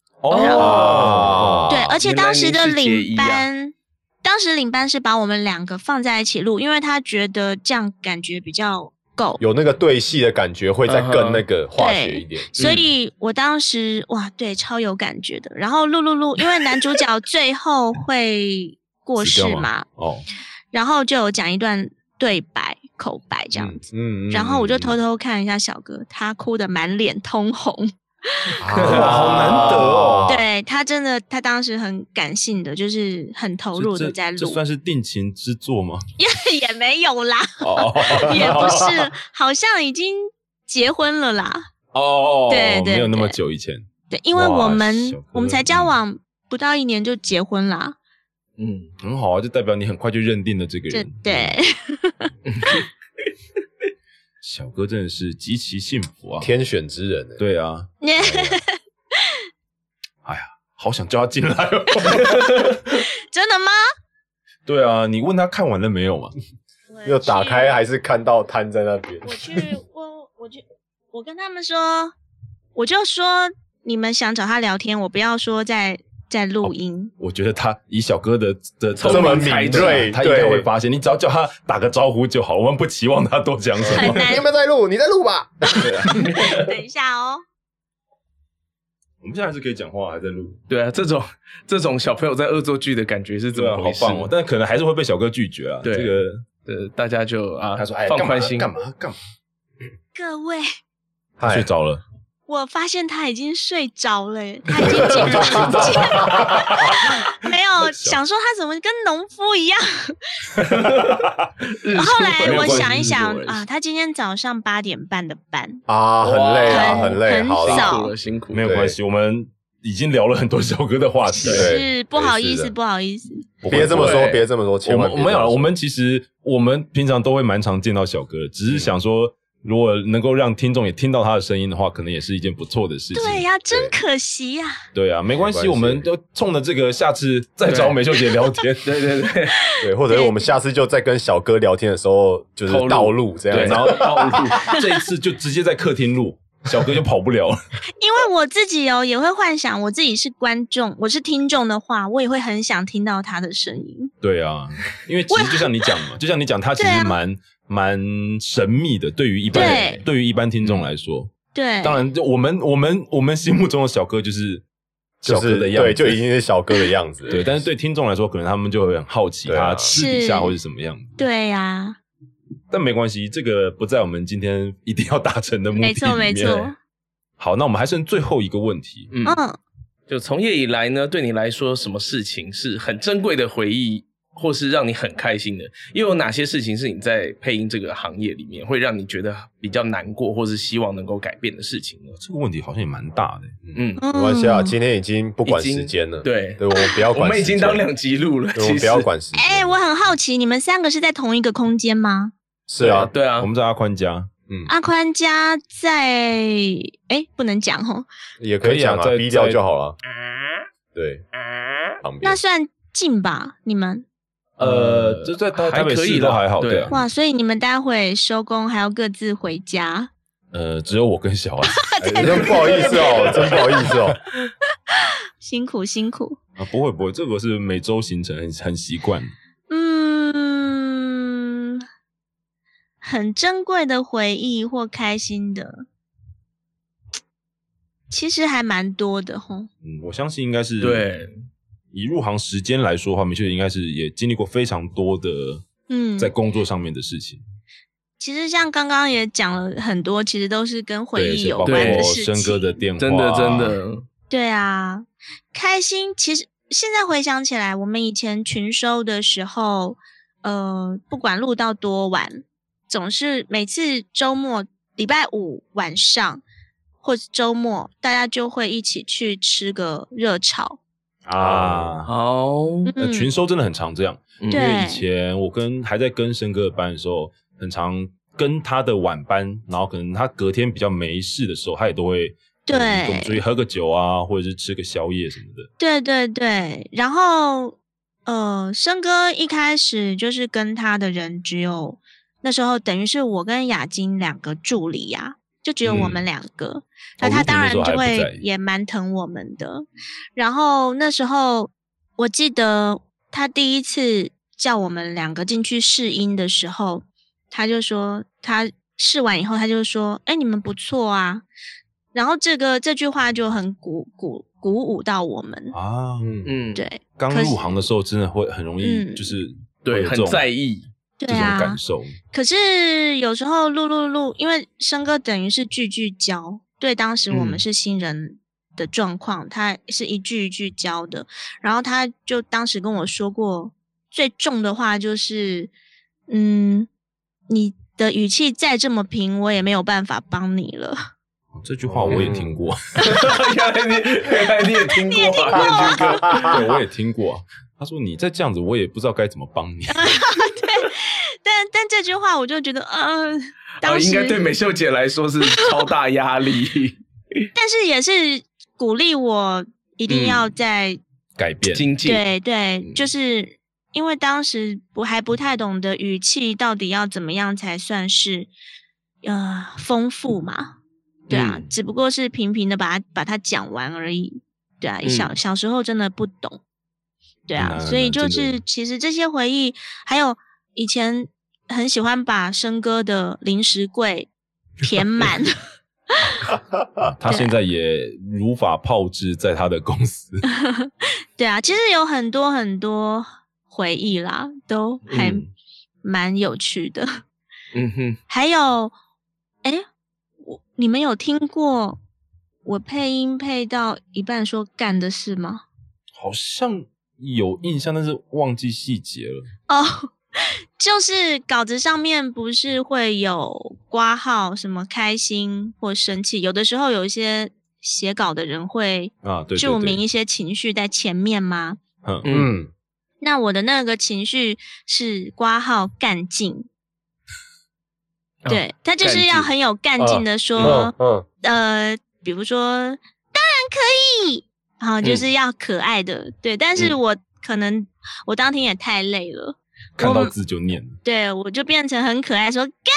哦， 对，而且当时的领班，啊、当时领班是把我们两个放在一起录，因为他觉得这样感觉比较。 有那个对戏的感觉，会再更那个化学一点。 Uh-huh. 所以我当时哇，对，超有感觉的。然后录录录，因为男主角最后会过世嘛， 哦， 然后就有讲一段对白、口白这样子。嗯，嗯然后我就偷偷看一下小哥，他哭得满脸通红。 啊，好难得哦！ 对他真的，他当时很感性的，就是很投入的在录。 这算是定情之作吗？ 也也没有啦，哦、也不是，好像已经结婚了啦。 哦， 对 对, 对， 没有那么久以前。 对，因为我们我们才交往不到一年就结婚啦。 嗯，很好啊，就代表你很快就认定了这个人。 对。 小哥真的是极其幸福啊， 天选之人。 对啊，哎呀，好想叫他进来哦。 真的吗？ 对啊，你问他看完了没有嘛？ 没有打开，还是看到瘫在那边。 我去问，我去，我跟他们说，我就说你们想找他聊天，我不要说在在录音、 哦。我觉得他以小哥的的这么敏锐， 他应该会发现。你只要叫他打个招呼就好，我们不期望他多讲什么。 你有没有在录？你在录吧。 等一下哦。 我们现在还是可以讲话，还在录。 对啊，这种这种小朋友在恶作剧的感觉是怎么回事？ 啊、好棒哦！但可能还是会被小哥拒绝啊。 对， 这个呃，大家就啊， 他说哎， 放宽心， 干嘛干嘛？ 各位， 他睡着了。 我发现他已经睡着了，他已经进入房间，没有想说他怎么跟农夫一样。后来我想一想啊，他今天早上八点半的班啊，很累啊，很累， 很早了，辛苦， 没有关系，我们已经聊了很多小哥的话题了。 是不好意思，不好意思， 别这么说，别这么说，千万我们没有了。我们其实我们平常都会蛮常见到小哥，只是想说。 如果能够让听众也听到他的声音的话，可能也是一件不错的事情。 对呀、啊，真可惜呀、啊。 对啊，没关系，我们就冲着这个下次再找美秀姐聊天。 对对对对，或者是我们下次就在跟小哥聊天的时候，就是道路这样， 对，然后道路这一次就直接在客厅录，小哥就跑不了了。 因为我自己哦也会幻想，我自己是观众，我是听众的话，我也会很想听到他的声音。 对啊，因为其实就像你讲嘛，就像你讲，他其实蛮。蛮神秘的，对于一般人，对于一般听众来说， 对， 当然，我们我们我们心目中的小哥就是小哥的样子， 对，就已经是小哥的样子， 对。但是对听众来说，可能他们就会很好奇他私底下会是什么样子， 对呀、啊。 但没关系，这个不在我们今天一定要达成的目的里面。 没错，没错。 好，那我们还剩最后一个问题， 嗯，嗯就从业以来呢，对你来说，什么事情是很珍贵的回忆？或是让你很开心的，又有哪些事情是你在配音这个行业里面会让你觉得比较难过，或是希望能够改变的事情呢？ 这个问题好像也蛮大的。 嗯， 没关系啊，今天已经不管时间了。 对， 对，我们不要管时间。 我们已经当两集录了， 我们不要管时间。 哎、欸，我很好奇，你们三个是在同一个空间吗？ 是啊， 对啊， 我们在阿宽家。 嗯，阿宽家在哎、欸，不能讲哦， 也可以讲啊，逼掉就好了。对，旁边那算近吧？你们？ 呃，就在台北市都还好，对啊。 哇，所以你们待会收工还要各自回家？ 呃，只有我跟小安。 哎、真不好意思哦，真不好意思哦。 辛苦辛苦啊，不会不会，这个是每周行程很很习惯。 嗯，很珍贵的回忆或开心的，其实还蛮多的齁。 嗯，我相信应该是对。 以入行时间来说的话，美秀应该是也经历过非常多的，嗯，在工作上面的事情。嗯、 其实像刚刚也讲了很多，其实都是跟回忆有关的事情。 生哥的电话， 真的真的。 对啊，开心。其实现在回想起来，我们以前群收的时候，呃，不管录到多晚，总是每次周末、礼拜五晚上或者周末，大家就会一起去吃个热炒。 啊， 好， 呃，群收真的很常这样， 嗯、 因为以前我跟还在跟生哥的班的时候，很常跟他的晚班，然后可能他隔天比较没事的时候，他也都会对， 跟我们出去喝个酒啊，或者是吃个宵夜什么的。 对对对，然后呃，生哥一开始就是跟他的人只有那时候等于是我跟雅晶两个助理呀、啊。就只有我们两个，嗯、那他当然就会也蛮疼我们的。然后那时候我记得他第一次叫我们两个进去试音的时候，他就说他试完以后他就说：“哎、欸，你们不错啊。”然后这个这句话就很鼓鼓鼓舞到我们啊，嗯嗯， 对。 刚入行的时候真的会很容易，就是、嗯、 对很在意。 这种感受、啊， 可是有时候录录录，因为生哥等于是句句教，对当时我们是新人的状况，嗯、他是一句一句教的。然后他就当时跟我说过最重的话，就是嗯，你的语气再这么平，我也没有办法帮你了。 这句话我也听过， 原来你原来你也听过、啊， 你也听过、 啊，对，我也听过、啊。他说你再这样子，我也不知道该怎么帮你。 对。但但这句话我就觉得，呃，当时、 哦、应该对美秀姐来说是超大压力， 但是也是鼓励我一定要在、嗯、 改变精进。 对对、嗯，就是因为当时不还不太懂得语气到底要怎么样才算是呃丰富嘛，对啊、嗯，只不过是平平的把它把它讲完而已，对啊，嗯、小小时候真的不懂，对啊，所以就是其实这些回忆还有。以前很喜欢把生哥的零食柜填满他现在也如法炮制在他的公司对啊，其实有很多很多回忆啦，都还蛮有趣的。 嗯哼， 还有诶我你们有听过我配音配到一半说干的事吗？ 好像有印象，但是忘记细节了哦。就是稿子上面不是会有括号什么开心或生气，有的时候有一些写稿的人会注明一些情绪在前面吗？ 嗯嗯， 那我的那个情绪是括号干劲对，他就是要很有干劲的说，嗯嗯、呃，比如说当然可以，好、哦，就是要可爱的，嗯、对。但是我可能我当天也太累了， 看到字就念， 对，我就变成很可爱说干。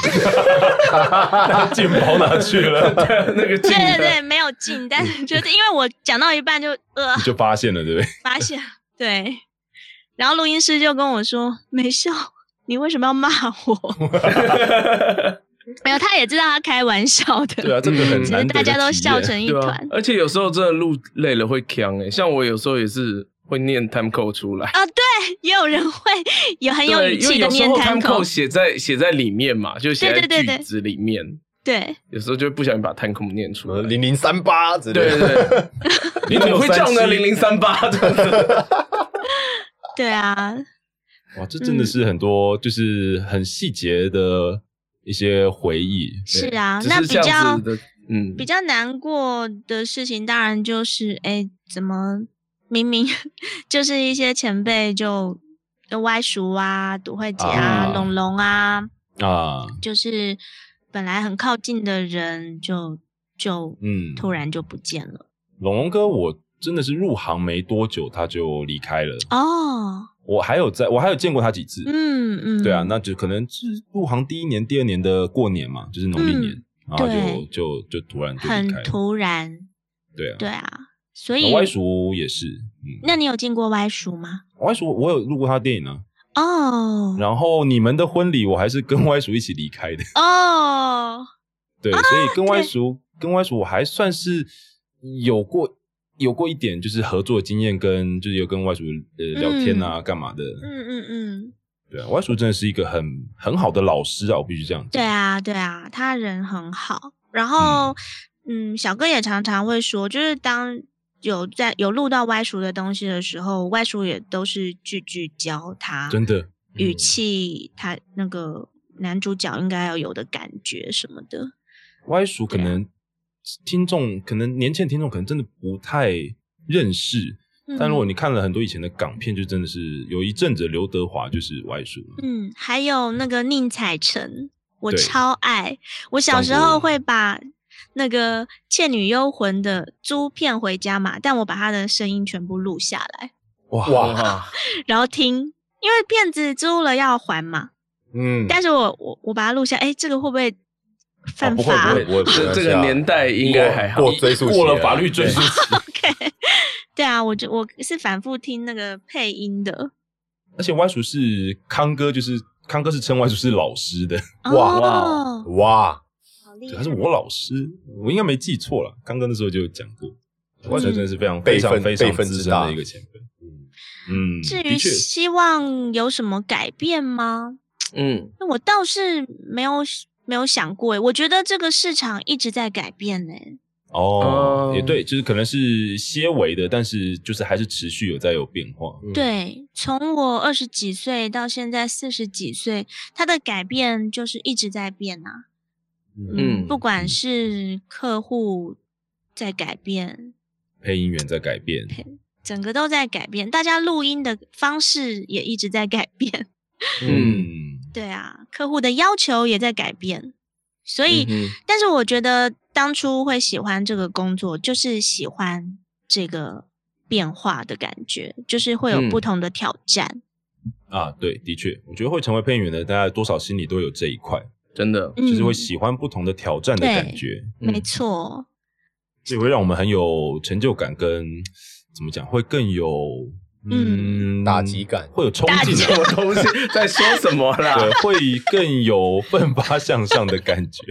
劲跑哪去了？ 对，那个劲。 对对对，没有劲，但是就是因为我讲到一半就呃， 你就发现了，对不对？ 发现对，然后录音师就跟我说：“美笑，你为什么要骂我？”没有，他也知道他开玩笑的。 对啊，这个很难得的体验， 大家都笑成一团、啊。 而且有时候真的录累了会呛哎、欸，像我有时候也是。会念 time code 出来啊，对，也有人会有很有语气的念 time code， 写在写在里面嘛，就写在句子里面。 对， 对， 对， 对， 有时候就不小心把 time code 念出来， 零零三八之类的。 对对对，你怎么会叫呢？零零三八这样子。 对啊， 哇，这真的是很多就是很细节的一些回忆。 是啊，那比较嗯比较难过的事情，当然就是哎，怎么？明明就是一些前辈就歪叔啊、杜慧姐啊、龙龙啊啊，就是本来很靠近的人就就嗯突然就不见了。 龙龙哥，我真的是入行没多久他就离开了哦。 我还有在我还有见过他几次， 嗯嗯， 对啊，那就可能是入行第一年、第二年的过年嘛，就是农历年，嗯、然后就就就突然就离开了， 很突然。 对啊， 对啊。所以歪叔也是、嗯， 那你有见过歪叔吗？ 歪叔我有录过他的电影啊。 哦。 然后你们的婚礼我还是跟歪叔一起离开的。 哦。 对，啊、所以跟歪叔跟歪叔我还算是有过有过一点就是合作经验，跟就是有跟歪叔呃聊天啊，干、嗯、嘛的。 嗯嗯嗯。 对啊，歪叔真的是一个很很好的老师啊，我必须这样讲。 对啊对啊，他人很好。然后嗯, 嗯，小哥也常常会说，就是当。有在有录到歪叔的东西的时候，歪叔也都是句句教他， 真的语气，他那个男主角应该要有的感觉什么的。 歪叔可能听众、啊，可能年轻的听众可能真的不太认识、嗯，但如果你看了很多以前的港片，就真的是有一阵子刘德华就是歪叔。 嗯，还有那个宁采臣，我超爱，我小时候会把。那个《倩女幽魂》的租片回家嘛，但我把他的声音全部录下来， 哇哇， 然后听，因为片子租了要还嘛，嗯，但是我我我把它录下，哎，这个会不会犯法？ 哦、不会不会，不会这个年代应该还好， 过追溯过了法律追溯期。 OK， 对啊，我就我是反复听那个配音的， 而且歪叔是康哥，就是康哥是称歪叔是老师的， 哇哇哇。对，他是我老师，我应该没记错了。康哥那时候就有讲过，歪叔真的是非常非常非常资深的一个前辈。嗯， 至于希望有什么改变吗？嗯，我倒是没有没有想过诶。我觉得这个市场一直在改变诶。 哦，也对，就是可能是些微的，但是就是还是持续有在有变化。 嗯、对，从我二十几岁到现在四十几岁，它的改变就是一直在变啊。嗯，不管是客户在改变， 配音员在改变， 整个都在改变，大家录音的方式也一直在改变。嗯，对啊，客户的要求也在改变，所以，嗯、但是我觉得当初会喜欢这个工作，就是喜欢这个变化的感觉，就是会有不同的挑战。 嗯、啊，对，的确，我觉得会成为配音员的，大家多少心里都有这一块。 真的、 嗯，就是会喜欢不同的挑战的感觉， 嗯、没错， 所以会让我们很有成就感，跟怎么讲，会更有嗯打击感， 会有冲劲。 什么东西在说什么啦？ 对，会更有奋发向上的感觉。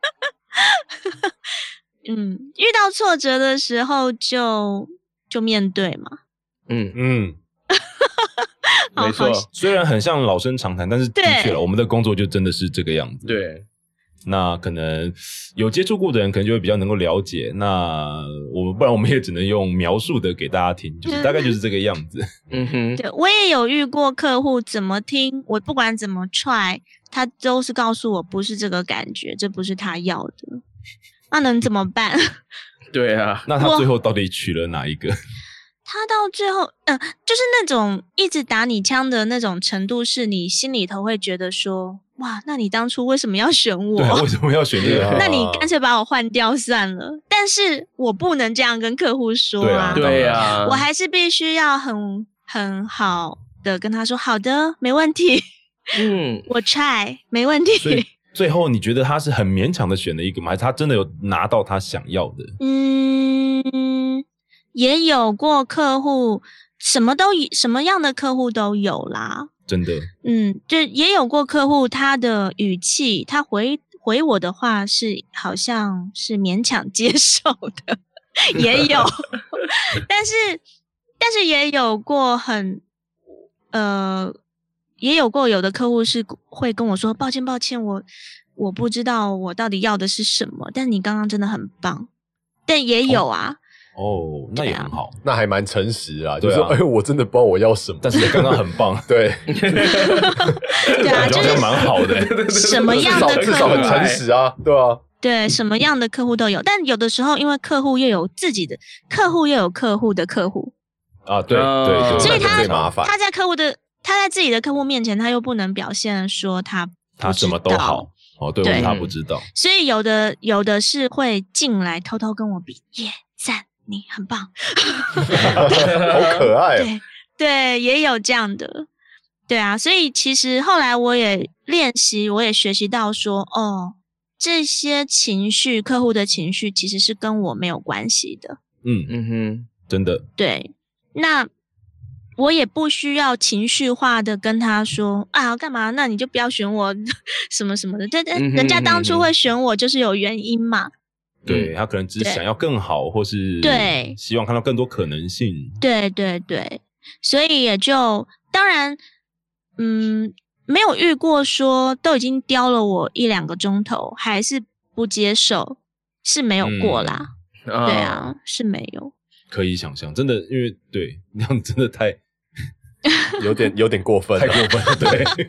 嗯，遇到挫折的时候就就面对嘛。嗯嗯。 没错，虽然很像老生常谈，但是的确了，我们的工作就真的是这个样子。 对， 那可能有接触过的人，可能就会比较能够了解。那我们不然我们也只能用描述的给大家听，就是大概就是这个样子。 嗯哼，对我也有遇过客户怎么听，我不管怎么 try， 他都是告诉我不是这个感觉，这不是他要的。那能怎么办？ 对啊， 那他最后到底取了哪一个？ 他到最后，嗯、呃，就是那种一直打你枪的那种程度，是你心里头会觉得说， 哇，那你当初为什么要选我？ 对，为什么要选这个？ 那你干脆把我换掉算了。但是我不能这样跟客户说啊， 对啊， 我还是必须要很很好的跟他说，好的，没问题，嗯，我 try 没问题。 所以最后你觉得他是很勉强的选了一个吗？还是他真的有拿到他想要的？ 嗯，也有过客户，什么都什么样的客户都有啦。 真的， 嗯，就也有过客户，他的语气，他回回我的话是好像是勉强接受的，也有，但是但是也有过很呃，也有过有的客户是会跟我说，抱歉抱歉，我我不知道我到底要的是什么，但你刚刚真的很棒，但也有啊。 哦哦，那也很好， 那还蛮诚实啊，就是哎、欸，我真的不知道我要什么， 但是刚刚很棒， 对， 对啊，就是蛮好的， 什么样的客户至少很诚实啊，对啊， 对，什么样的客户都有，但有的时候因为客户又有自己的客户，又有客户的客户啊，对对对， 所以他最麻烦， 他在客户的他在自己的客户面前，他又不能表现说他他什么都好。哦，对，对他不知道， 所以有的有的是会进来偷偷跟我比，耶，赞。你很棒， 好可爱、哦。 对对，也有这样的，对啊，所以其实后来我也练习，我也学习到说，哦，这些情绪，客户的情绪其实是跟我没有关系的。 嗯嗯哼，真的。 对，那我也不需要情绪化的跟他说啊，干嘛？那你就不要选我，什么什么的。这人家当初会选我，就是有原因嘛。 对，他可能只是想要更好，或是对希望看到更多可能性。 对对对，所以也就当然，嗯，没有遇过说都已经雕了我一两个钟头，还是不接受，是没有过啦。嗯、对啊，哦、是没有。 可以想象，真的，因为对那样真的太有点有点过分， 太过分了，对。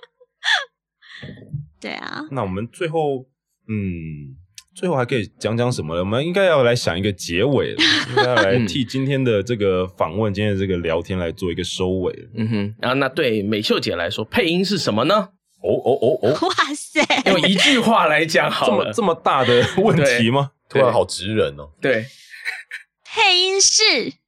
对啊。 那我们最后，嗯。最后还可以讲讲什么呢？我们应该要来想一个结尾了，应该要来替今天的这个访问、今天的这个聊天来做一个收尾了。 嗯哼，然后那对美秀姐来说，配音是什么呢？ 哦哦哦哦！ 哇塞， 用一句话来讲好了， 这么这么大的问题吗？ 突然好直人哦。 对， 配音是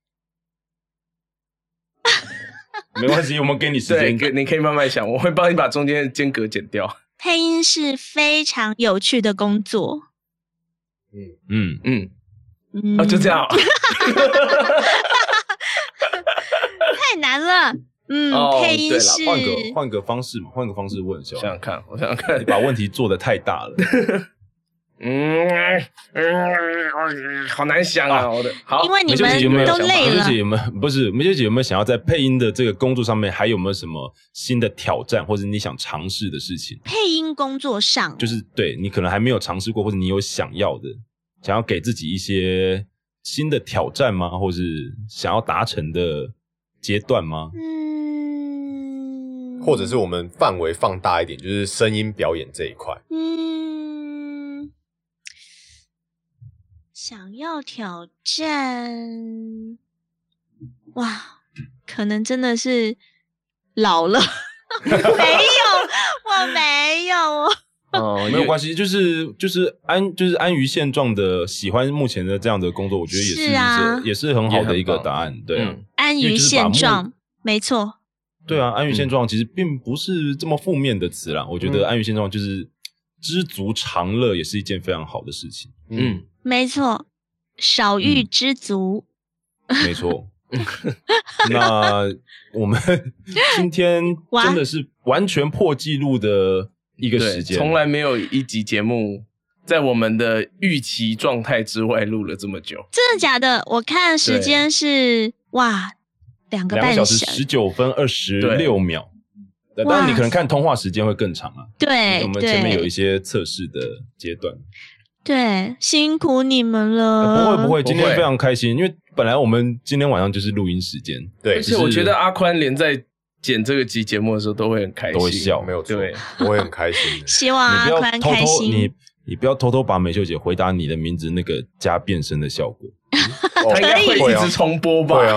没关系，我们给你时间， 对，你可以慢慢想，我会帮你把中间的间隔剪掉。 配音是非常有趣的工作。 嗯嗯嗯， 嗯哦，就这样、哦， 太难了。嗯， 哦、 配音是换个换个方式嘛，换个方式问一下。 想想看，我想想看， 你把问题做得太大了。 嗯嗯，好难想啊！我的好， 因为你们都累了。 梅秀姐有没有不是梅秀姐有没有想要在配音的这个工作上面，还有没有什么新的挑战，或者你想尝试的事情？ 配音工作上， 就是对你可能还没有尝试过，或者你有想要的，想要给自己一些新的挑战吗？或是想要达成的阶段吗？ 嗯， 或者是我们范围放大一点，就是声音表演这一块。 嗯。想要挑战，哇，可能真的是老了，没有，我没有哦，没有关系，就是就是安就是安于现状的，喜欢目前的这样的工作，我觉得也是, 是、啊、 也是很好的一个答案，对、啊嗯， 安于现状，没错， 对啊，安于现状其实并不是这么负面的词啦，我觉得安于现状就是知足常乐，也是一件非常好的事情， 嗯。没错，少欲知足。 嗯、没错。那我们今天真的是完全破纪录的一个时间， 从来没有一集节目在我们的预期状态之外录了这么久。 真的假的？我看时间是哇，两个半小时十九分二十六秒。当然你可能看通话时间会更长啊。 对， 我们前面有一些测试的阶段。 对，辛苦你们了。 不会不会，今天非常开心，因为本来我们今天晚上就是录音时间， 对， 而且我觉得阿宽连在剪这个集节目的时候都会很开心， 都会笑， 没有错， 对， 我会很开心。 希望阿宽开心。 你你不要偷偷把美秀姐回答你的名字那个加变声的效果， 他应该会一直重播吧？ 会啊，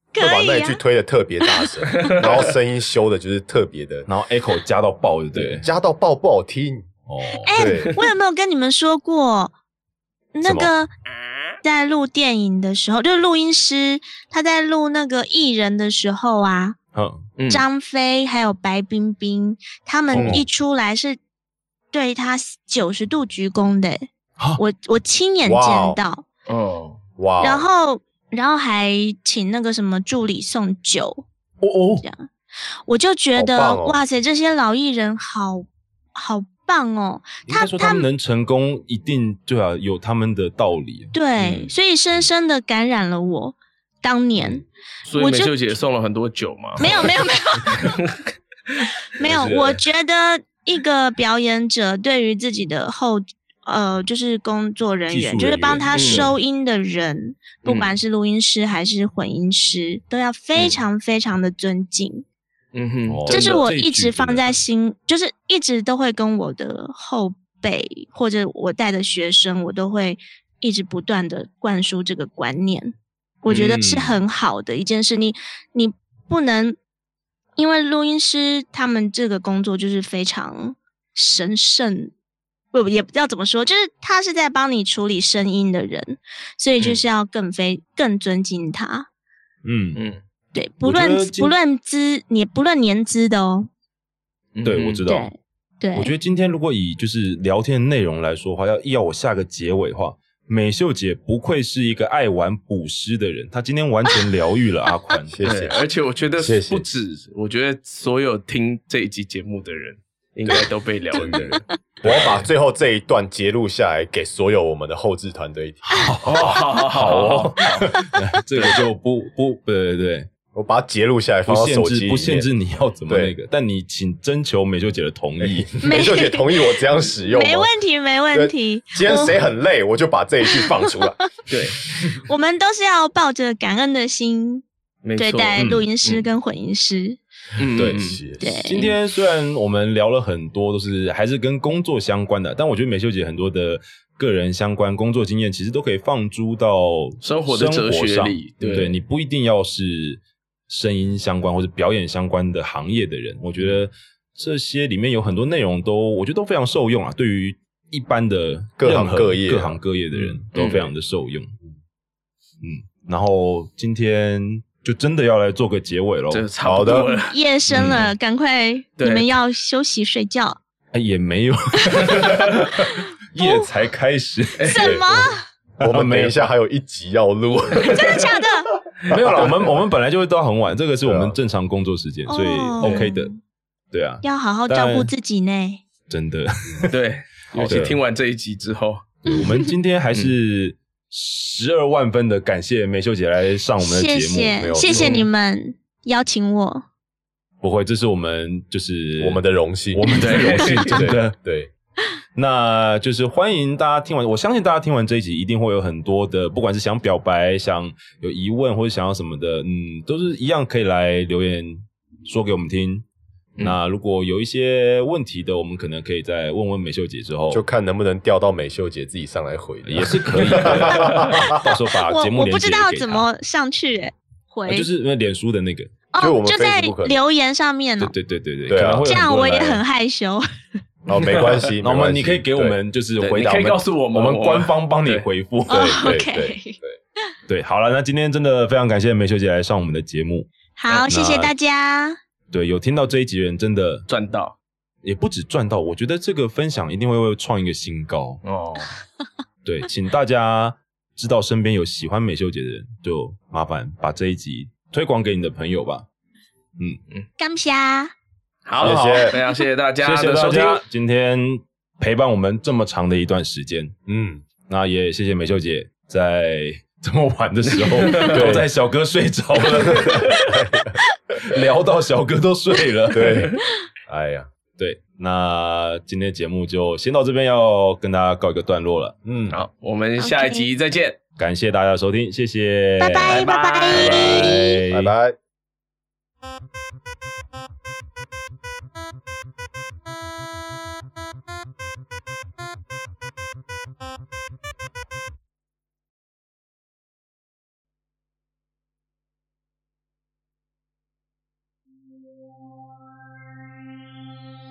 会把那一句推的特别大声，然后声音修的就是特别的， 然后 echo 加到爆，对不对？ 加到爆不好听哦。 哎、欸，我有没有跟你们说过，那个在录电影的时候，就是录音师他在录那个艺人的时候啊，嗯，张飞还有白冰冰他们一出来是对他九十度鞠躬的、欸哦，我我亲眼见到， 哦， 哇， 然后。然后还请那个什么助理送酒， 哦哦， 这样我就觉得、 哦、 哇塞，这些老艺人好好棒哦！ 他说他们能成功，一定就要有他们的道理。 对，嗯、所以深深的感染了我。当年，嗯、 所以美秀姐送了很多酒吗？ 没有，没有，没有，没有。我觉得一个表演者对于自己的后。呃，就是工作人员，就是帮他收音的人，嗯、不管是录音师还是混音师，嗯、都要非常非常的尊敬。 嗯哼， 这是我一直放在心，就是一直都会跟我的后辈或者我带的学生，我都会一直不断的灌输这个观念。我觉得是很好的一件事，你你不能因为录音师他们这个工作就是非常神圣。不，也不知道怎么说，就是他是在帮你处理声音的人，所以就是要更非、嗯、更尊敬他。 嗯嗯， 对，不论不论资，你不论年资的哦。 对，我知道。 对，对我觉得今天如果以就是聊天内容来说的话，要要我下个结尾的话，美秀姐不愧是一个爱玩捕诗的人，她今天完全疗愈了阿宽， 谢谢。 而且我觉得不止，谢谢我觉得所有听这一集节目的人。应该都被疗愈了。 我要把最后这一段截录下来，给所有我们的后制团队听。 好，好，好，好哦，这个就不不，对对对， 我把它截录下来，放到手机里面， 不限制你要怎么那个，但你请征求美秀姐的同意。 美秀姐同意我这样使用吗？ 没问题，没问题。 今天谁很累，我就把这一句放出来。 对， 我们都是要抱着感恩的心对待录音师跟混音师。 嗯，对对。 今天虽然我们聊了很多，都是还是跟工作相关的，但我觉得美秀姐很多的个人相关工作经验，其实都可以放诸到生活的哲学里。 对，对你不一定要是声音相关或者表演相关的行业的人，我觉得这些里面有很多内容都，我觉得都非常受用啊。对于一般的各行各业、 各行各业的人、嗯、都非常的受用。嗯，然后今天。就真的要来做个结尾咯。 好的， 夜深了，赶、嗯、快你们要休息睡觉。 哎，也没有，夜才开始。 什么？ 我们等一下还有一集要录。 真的假的？ 没有啦，我们我们本来就会到很晚，这个是我们正常工作时间，所以 OK 的。对啊， 要好好照顾自己呢。 真的， 对，尤其听完这一集之后， 我们今天还是。十二万分的感谢美秀姐来上我们的节目， 谢谢谢谢你们邀请我。 不会，这是我们就是我们的荣幸， 我们的荣幸，真的对。 那就是欢迎大家听完，我相信大家听完这一集，一定会有很多的，不管是想表白、想有疑问或者想要什么的，嗯，都是一样可以来留言说给我们听。嗯、那如果有一些问题的，我们可能可以再问问美秀姐之后， 就看能不能调到美秀姐自己上来回， 也是可以的。到时候把节目连结给她。我我不知道怎么上去、欸、回、 啊，就是那脸书的那个， 哦， 就, 我们就在留言上面、 哦。对对对对对，对啊， 这样我也很害羞。 哦，没关系， 那我们你可以给我们就是回答， 你可以告诉我们， 我们官方帮你回复。 对对对对 okay 对，好了，那今天真的非常感谢美秀姐来上我们的节目。 好，谢谢大家。 对，有听到这一集的人真的赚到， 也不止赚到，我觉得这个分享一定会创一个新高哦。对，请大家知道身边有喜欢美秀姐的人，就麻烦把这一集推广给你的朋友吧。嗯嗯，感谢， 好， 谢谢， 非常谢谢大家， 谢谢大家今天陪伴我们这么长的一段时间。嗯，那也谢谢美秀姐在这么晚的时候都在小哥睡着了。聊到小哥都睡了， 对，哎呀， 对，那今天的节目就先到这边，要跟大家告一个段落了。 嗯，好，我们下一集再见， okay. 感谢大家的收听，谢谢， 拜拜，拜拜， 拜拜。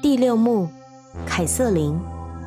第六幕，凯瑟琳。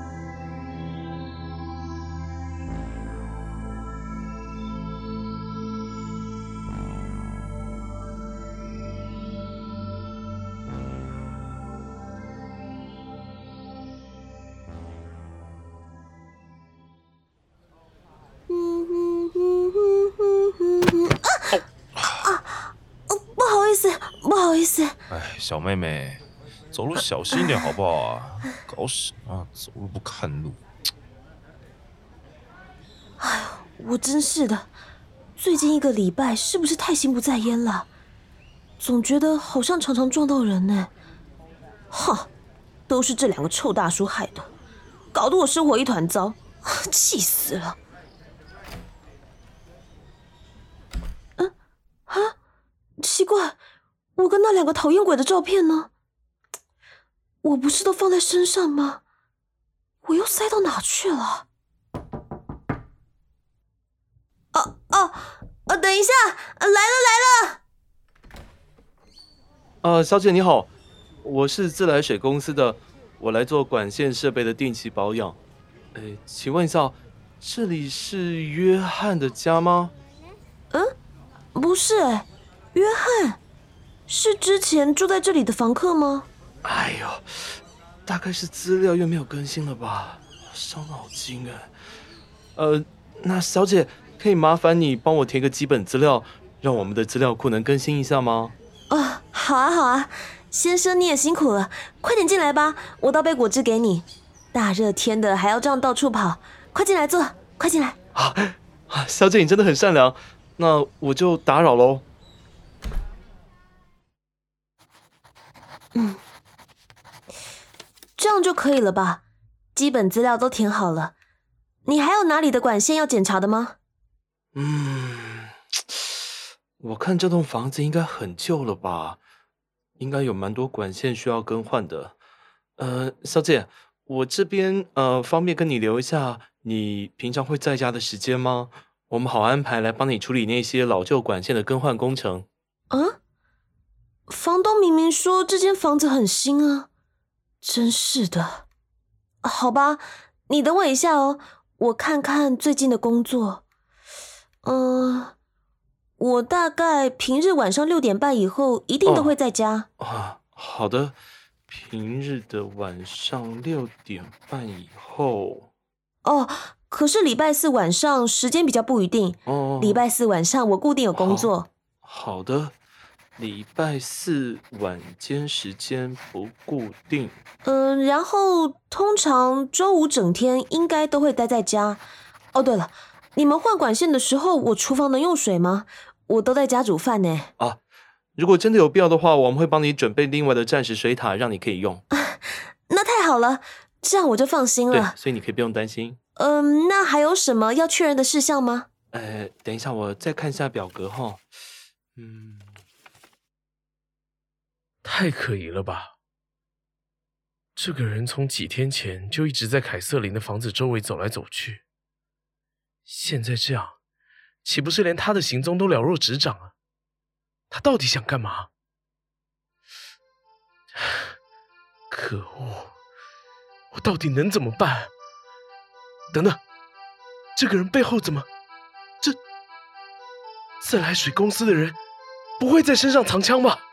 不好意思， 哎，小妹妹，走路小心一点好不好啊？搞什么啊？走路不看路。 哎呦，我真是的，最近一个礼拜是不是太心不在焉了？总觉得好像常常撞到人呢。哼，都是这两个臭大叔害的，搞得我生活一团糟，气死了。嗯，啊，奇怪。我跟那两个讨厌鬼的照片呢？我不是都放在身上吗？我又塞到哪去了？哦哦哦！等一下，来了来了！ 呃，小姐你好，我是自来水公司的，我来做管线设备的定期保养。哎，请问一下，这里是约翰的家吗？ 嗯，不是哎，约翰。是之前住在这里的房客吗？ 哎呦，大概是资料又没有更新了吧，伤脑筋哎。呃，那小姐可以麻烦你帮我填个基本资料，让我们的资料库能更新一下吗？ 哦，好啊好啊，先生你也辛苦了，快点进来吧，我倒杯果汁给你。大热天的还要这样到处跑，快进来坐，快进来。 啊，小姐你真的很善良，那我就打扰喽。 嗯，这样就可以了吧？基本资料都填好了。你还有哪里的管线要检查的吗？ 嗯，我看这栋房子应该很旧了吧，应该有蛮多管线需要更换的。呃，小姐，我这边呃方便跟你留一下你平常会在家的时间吗？我们好安排来帮你处理那些老旧管线的更换工程。 嗯？房东明明说这间房子很新啊，真是的。好吧，你等我一下哦，我看看最近的工作。嗯、呃，我大概平日晚上六点半以后一定都会在家。 哦、啊，好的，平日的晚上六点半以后。 哦，可是礼拜四晚上时间比较不一定。哦，礼拜四晚上我固定有工作。 好, 好的。礼拜四晚间时间不固定。 嗯、呃，然后通常周五整天应该都会待在家。哦，对了，你们换管线的时候，我厨房能用水吗？我都在家煮饭呢。 啊，如果真的有必要的话，我们会帮你准备另外的暂时水塔，让你可以用。 那太好了，这样我就放心了。 对，所以你可以不用担心。 嗯、呃，那还有什么要确认的事项吗？ 呃，等一下，我再看一下表格哈。嗯。 太可疑了吧！这个人从几天前就一直在凯瑟琳的房子周围走来走去，现在这样，岂不是连他的行踪都了若指掌啊？他到底想干嘛？可恶！我到底能怎么办？等等，这个人背后怎么……这自来水公司的人不会在身上藏枪吧？